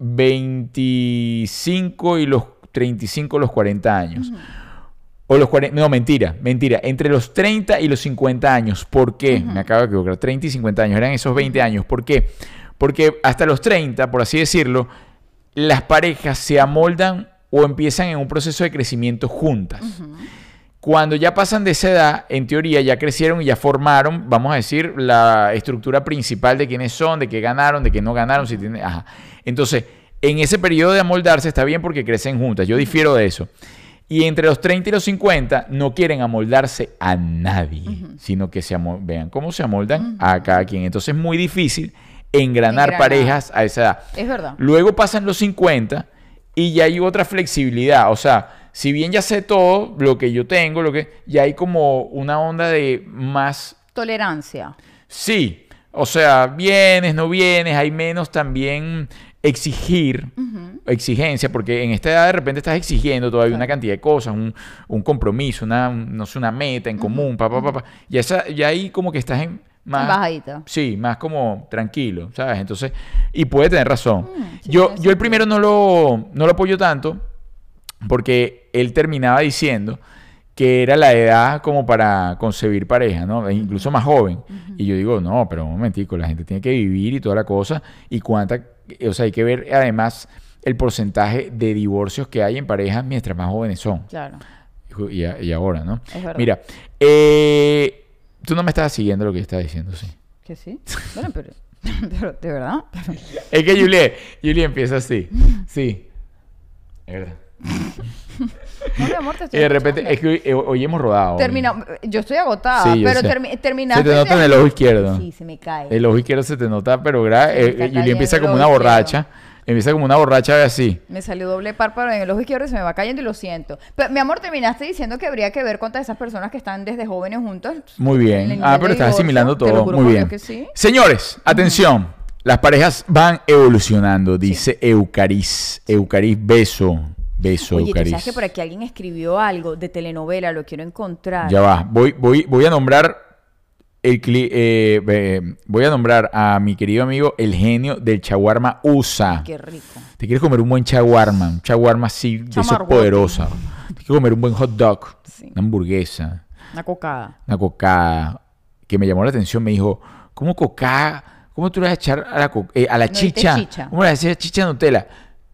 veinticinco y los treinta y cinco, los cuarenta años. O los cuarenta, no, mentira, mentira. Entre los treinta y los cincuenta años. ¿Por qué? Ujú. Me acabo de equivocar. treinta y cincuenta años. Eran esos veinte años. ¿Por qué? Porque hasta los treinta, por así decirlo, las parejas se amoldan o empiezan en un proceso de crecimiento juntas. Ujú. Cuando ya pasan de esa edad, en teoría ya crecieron y ya formaron, vamos a decir, la estructura principal de quiénes son, de qué ganaron, de qué no ganaron, si tienen, ajá. Entonces, en ese periodo de amoldarse está bien porque crecen juntas. Yo difiero de eso. Y entre los treinta y los cincuenta no quieren amoldarse a nadie, Ujú. sino que se amol- vean cómo se amoldan Ujú. a cada quien. Entonces es muy difícil engranar, Engranar. parejas a esa edad. Es verdad. Luego pasan los cincuenta y ya hay otra flexibilidad. O sea, si bien ya sé todo lo que yo tengo, lo que ya hay como una onda de más... Tolerancia. Sí, o sea, vienes, no vienes, hay menos también exigir, Ujú. exigencia, porque en esta edad de repente estás exigiendo todavía Claro. una cantidad de cosas, un, un compromiso, una, no sé, una meta en común, pa, pa, pa, pa. Ya, esa, ya ahí como que estás en más... Bajadita. Sí, más como tranquilo, ¿sabes? Entonces, y puede tener razón. Mm, sí, yo, tiene yo el sentido. primero no lo, no lo apoyo tanto porque él terminaba diciendo que era la edad como para concebir pareja, ¿no? E incluso más joven. Y yo digo, no, pero un momentico, la gente tiene que vivir y toda la cosa. Y cuánta, o sea, hay que ver además el porcentaje de divorcios que hay en parejas mientras más jóvenes son. Claro. Y, y ahora, ¿no? Es verdad. Mira, eh, tú no me estabas siguiendo lo que yo estaba diciendo, sí. Que sí. Bueno, pero, pero de verdad. Pero- Es que Julie, Julie empieza así. Sí. Es verdad. No, mi amor, te Y estoy de repente, escuchando. es que hoy, hoy hemos rodado. Termina, yo estoy agotada, Sí, yo pero sé. termi- terminaste. Se te nota en de- el ojo izquierdo. Sí, se me cae. El ojo izquierdo se te nota, pero gra- Se me eh, está eh, Julie empieza cayendo como el una ojo borracha. Empieza como una borracha así. Me salió doble párpado en el ojo izquierdo y se me va cayendo y lo siento. Pero, mi amor, terminaste diciendo que habría que ver cuántas de esas personas que están desde jóvenes juntos. Muy en el bien. nivel Ah, de pero estás divorcio. asimilando Te lo todo. juro Muy por bien. Dios que sí. Señores, atención. Las parejas van evolucionando, dice Eucaris. Eucaris, beso. Beso, Oye, ¿tú Eucaris. sabes que por aquí alguien escribió algo de telenovela? Lo quiero encontrar. Ya va. Voy, voy, voy a nombrar el cli- eh, eh, voy a nombrar a mi querido amigo el genio del chaguarma U S A. Qué rico. Te quieres comer un buen chaguarma, un chaguarma así, de esos Chamargote. poderosa. Te quieres comer un buen hot dog, Sí. una hamburguesa, Una cocada. una cocada. Que me llamó la atención, me dijo, ¿cómo cocada? ¿Cómo tú le vas a echar a la, co- eh, a la No dijiste chicha? chicha. ¿Cómo le vas a echar chicha Nutella?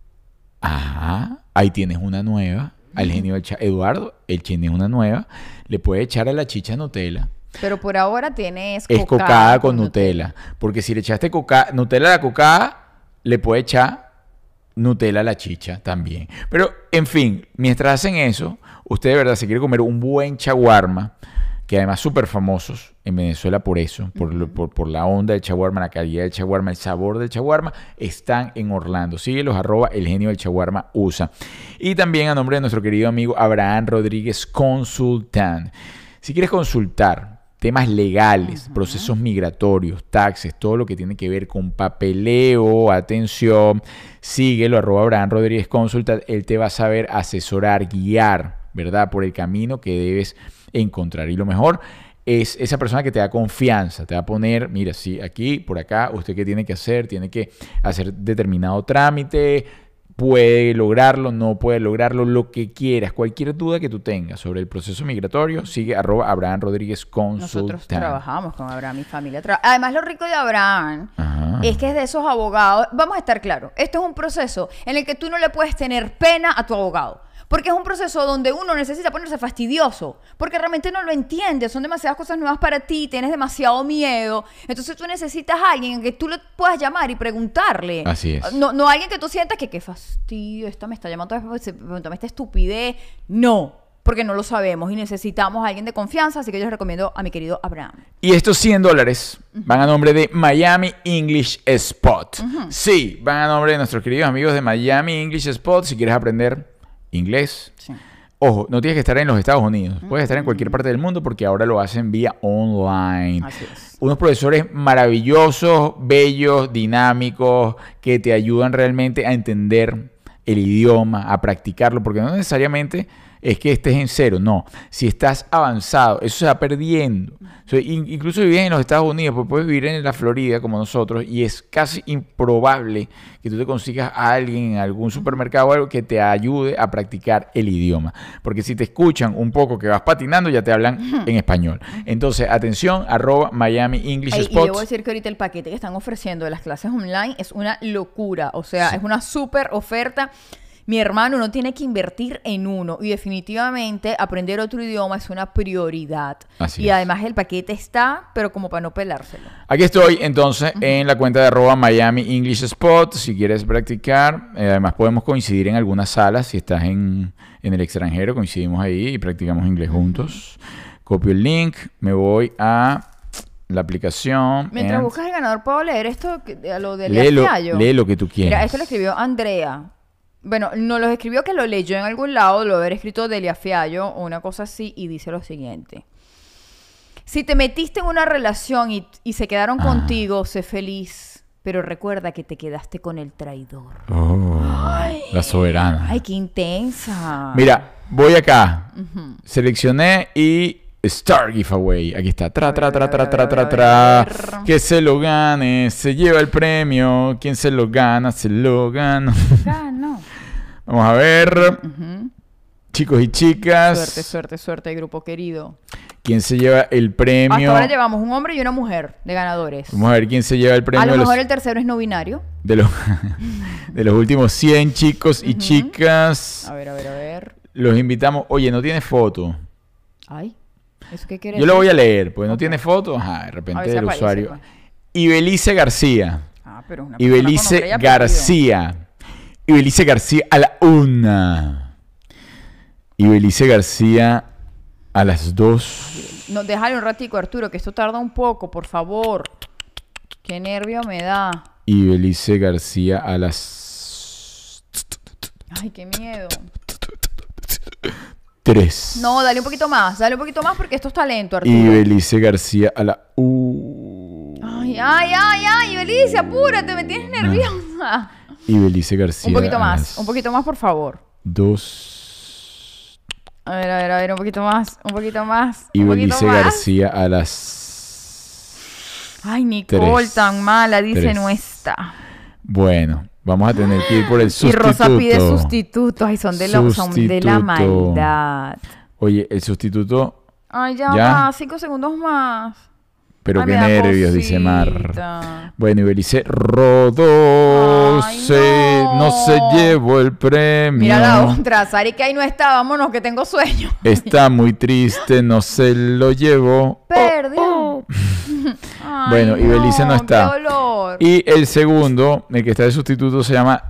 Ah, ahí tienes una nueva. Al genio del cha- Eduardo, él tiene una nueva. Le puede echar a la chicha Nutella. Pero por ahora tienes Es cocada con Nutella. Porque si le echaste coca Nutella a la cocada, le puede echar Nutella a la chicha también. Pero, en fin, mientras hacen eso, usted de verdad se quiere comer un buen chaguarma, que además súper famosos en Venezuela por eso, por, lo- por, por la onda del chaguarma, la calidad del chaguarma, el sabor del chaguarma, están en Orlando. Síguelos, arroba el genio del chaguarma U S A. Y también a nombre de nuestro querido amigo Abraham Rodríguez Consultant. Si quieres consultar temas legales, uh-huh. procesos migratorios, taxes, todo lo que tiene que ver con papeleo, atención, síguelo, arroba Abraham Rodríguez Consultant. Él te va a saber asesorar, guiar, ¿verdad? Por el camino que debes encontrar. Y lo mejor es esa persona que te da confianza, te va a poner, mira, sí, aquí, por acá, usted qué tiene que hacer, tiene que hacer determinado trámite, puede lograrlo, no puede lograrlo, lo que quieras, cualquier duda que tú tengas sobre el proceso migratorio, sigue arroba Abraham Rodríguez Consultant. Nosotros trabajamos con Abraham, mi familia. Tra- Además, lo rico de Abraham Ajá. es que es de esos abogados. Vamos a estar claros, esto es un proceso en el que tú no le puedes tener pena a tu abogado. Porque es un proceso donde uno necesita ponerse fastidioso, porque realmente no lo entiendes, son demasiadas cosas nuevas para ti, tienes demasiado miedo, entonces tú necesitas a alguien en que tú le puedas llamar y preguntarle. Así es. No, no alguien que tú sientas que qué fastidio, esta me está llamando, pregúntame esta estupidez. No, porque no lo sabemos y necesitamos a alguien de confianza, así que yo les recomiendo a mi querido Abraham. Y estos cien dólares van a nombre de Miami English Spot. Uh-huh. Sí, van a nombre de nuestros queridos amigos de Miami English Spot. Si quieres aprender inglés. Sí. Ojo, no tienes que estar en los Estados Unidos. Mm-hmm. Puedes estar en cualquier parte del mundo porque ahora lo hacen vía online. Así es. Unos profesores maravillosos, bellos, dinámicos, que te ayudan realmente a entender el idioma, a practicarlo, porque no necesariamente es que estés en cero. No, si estás avanzado, eso se va perdiendo. O sea, in- incluso vives en los Estados Unidos, pues puedes vivir en la Florida como nosotros y es casi improbable que tú te consigas a alguien en algún supermercado o algo que te ayude a practicar el idioma. Porque si te escuchan un poco que vas patinando, ya te hablan en español. Entonces, atención, arroba Miami English Ay, y Spots. debo decir que ahorita el paquete que están ofreciendo de las clases online es una locura. O sea, Sí. es una súper oferta. Mi hermano, no tiene que invertir en uno. Y definitivamente aprender otro idioma es una prioridad. Así y es. además el paquete está, pero como para no pelárselo. Aquí estoy entonces en la cuenta de arroba Miami English Spot. Si quieres practicar, eh, además podemos coincidir en algunas salas. Si estás en, en el extranjero, coincidimos ahí y practicamos inglés juntos. Copio el link, me voy a la aplicación. Mientras and- buscas el ganador, ¿puedo leer esto? que- a Lo de Léelo, Fiallo? lee lo que tú quieras. Mira, esto lo escribió Andrea. Bueno, nos lo escribió que lo leyó en algún lado, lo haber escrito Delia Fiallo o una cosa así, y dice lo siguiente. Si te metiste en una relación y, y se quedaron Ah. contigo, sé feliz, pero recuerda que te quedaste con el traidor. Oh, la soberana. Ay, qué intensa. Mira, voy acá. Seleccioné y Star Giveaway. Aquí está. Tra, tra, tra, tra, tra, tra, tra. Que se lo gane, se lleva el premio. Quien se lo gana, se lo gana. Ah, no. Vamos a ver. Ujú. Chicos y chicas. Suerte, suerte, suerte, grupo querido. ¿Quién se lleva el premio? Hasta ahora llevamos un hombre y una mujer de ganadores. Vamos a ver quién se lleva el premio A lo de los, mejor el tercero es no binario. de los, de los últimos cien chicos y chicas. A ver, a ver, a ver. Los invitamos. Oye, no tiene foto. Ay, ¿eso qué quiere Yo lo decir? voy a leer, porque no Ok. tiene foto. Ajá, de A repente ver si el aparece, usuario. pues. Ibelice García. Ah, pero es una persona con nombre Ibelice y apellido. García. Ibelice García a la una. Ibelice García a las dos. No, déjale un ratico, Arturo, que esto tarda un poco, por favor. Qué nervio me da. Ibelice García a las Ay, qué miedo. tres. No, dale un poquito más, dale un poquito más porque esto es talento, Arturo. Ibelice García a la u. Ay, ay, ay, ay, Belice, apúrate, me tienes nerviosa. Ibelice García Un poquito a más, las un poquito más, por favor. dos. A ver, a ver, a ver, un poquito más, un poquito más. Un Ibelice poquito más. García a las Ay, Nicole, Tres. tan mala, dice Tres. no está. Bueno, vamos a tener que ir por el Y sustituto. Rosa pide sustitutos. Ay, son de, la, son de la Sustituto. maldad. Oye, el sustituto, Ay, ya, ¿Ya? va, cinco segundos más. pero Ay, qué me da nervios, dice Mar. cosita. Bueno, Ibelice rodó, Ay, se, no. no. se llevó el premio. Mira la otra, Sari, que ahí no está, vámonos, que tengo sueño. Está muy triste, no se lo llevó. Perdió. Oh, oh. Ay, Bueno, Ibelice no está. Qué dolor. Y el segundo, el que está de sustituto, se llama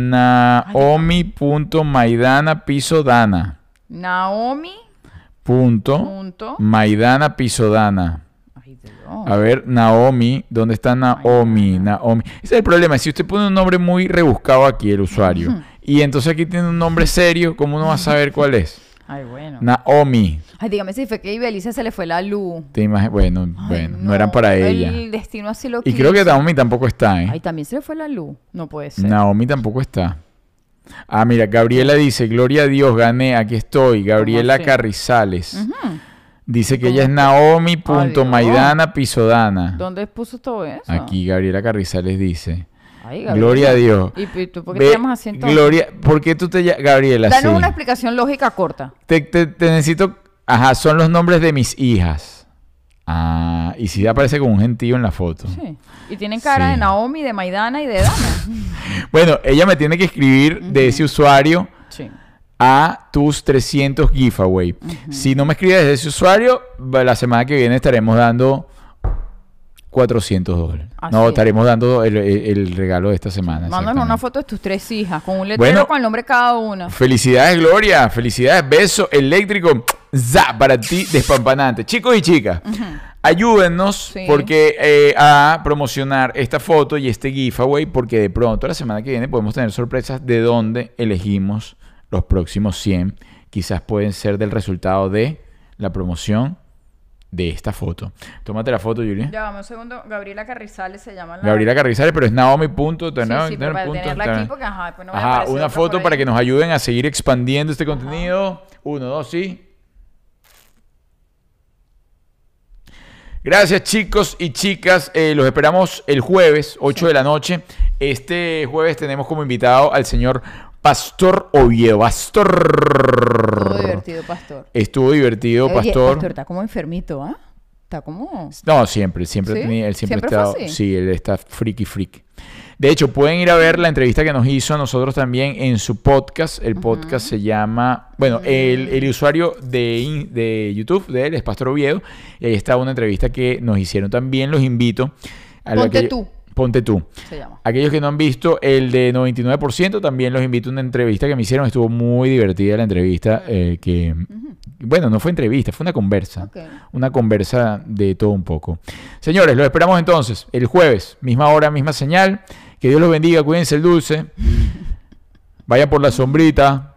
Naomi.maidana Piso Dana. Naomi. Punto. Punto. Maidana Piso Dana. Ay, Dios. A ver, Naomi, ¿dónde está Naomi? Naomi. Ese es el problema. Si usted pone un nombre muy rebuscado aquí, el usuario, y entonces aquí tiene un nombre serio, ¿cómo uno va a saber cuál es? Ay, bueno. Naomi. Ay, dígame si fue que a Ibelice se le fue la luz. Te imag- Bueno, Ay, bueno, no, eran para ella. El destino así lo Y quiso. creo que Naomi tampoco está, ¿eh? Ay, también se le fue la luz. No puede ser. Naomi tampoco está. Ah, mira, Gabriela dice, gloria a Dios, gané, aquí estoy. Gabriela así? Carrizales. Ujú. Dice que ¿Cómo llaes que? Naomi.maidana Pisodana. ¿Dónde puso todo eso? Aquí Gabriela Carrizales dice, Ay, Gabriela. gloria a Dios. ¿Y y tú por qué Ve, te llamas así entonces? Gloria, ¿por qué tú te llamas Gabriela? Danos sí. una explicación lógica corta. Te, te- te necesito, ajá, son los nombres de mis hijas. Ah, y si aparece como un gentío en la foto. Sí. Y tienen cara Sí. de Naomi, de Maidana y de Dana. Bueno, ella me tiene que escribir de ese usuario Sí. a tus trescientos giveaway. Si no me escribes desde ese usuario, va- la semana que viene estaremos dando cuatrocientos dólares. Así no, es. estaremos dando el, el- el regalo de esta semana. Mándanos una exactamente. foto de tus tres hijas con un letrero Bueno. con el nombre de cada una. Felicidades, Gloria. Felicidades, beso eléctrico. ¡Za! Para ti, despampanante. Chicos y chicas, ayúdennos Sí. porque eh, a promocionar esta foto y este giveaway, porque de pronto la semana que viene podemos tener sorpresas de dónde elegimos los próximos cien. Quizás pueden ser del resultado de la promoción de esta foto. Tómate la foto, Julia. Ya, vamos un segundo. Gabriela Carrizales se llama. La... Gabriela Carrizales, pero es Naomi. Punto, Sí, Naomi, sí, pero para punto, tenerla ta- aquí porque, ajá, pues no me Ajá, aparece una otra foto por para ahí. que nos ayuden a seguir expandiendo este contenido. Uno, dos, sí. Gracias, chicos y chicas. Eh, los esperamos el jueves, ocho de la noche. Este jueves tenemos como invitado al señor Pastor Oviedo. Pastor. Estuvo divertido, Pastor. Estuvo divertido, Oye, Pastor. Pastor está como enfermito, ¿ah? Está como... No, siempre, siempre ¿Sí? ha tenido- él siempre, ¿Siempre ha fue estado. así? Sí, él está friki freak. De hecho, pueden ir a ver la entrevista que nos hizo a nosotros también en su podcast. El podcast se llama. Bueno, el, el usuario de, in- de YouTube de él es Pastor Oviedo. Y ahí está una entrevista que nos hicieron también. Los invito a la Ponte que- tú. Ponte tú. Se llama. Aquellos que no han visto el de noventa y nueve por ciento, también los invito a una entrevista que me hicieron. Estuvo muy divertida la entrevista. eh, que Bueno, no fue entrevista, fue una conversa. Ok. Una conversa de todo un poco. Señores, los esperamos entonces el jueves, misma hora, misma señal. Que Dios los bendiga, cuídense el dulce. Vayan por la sombrita.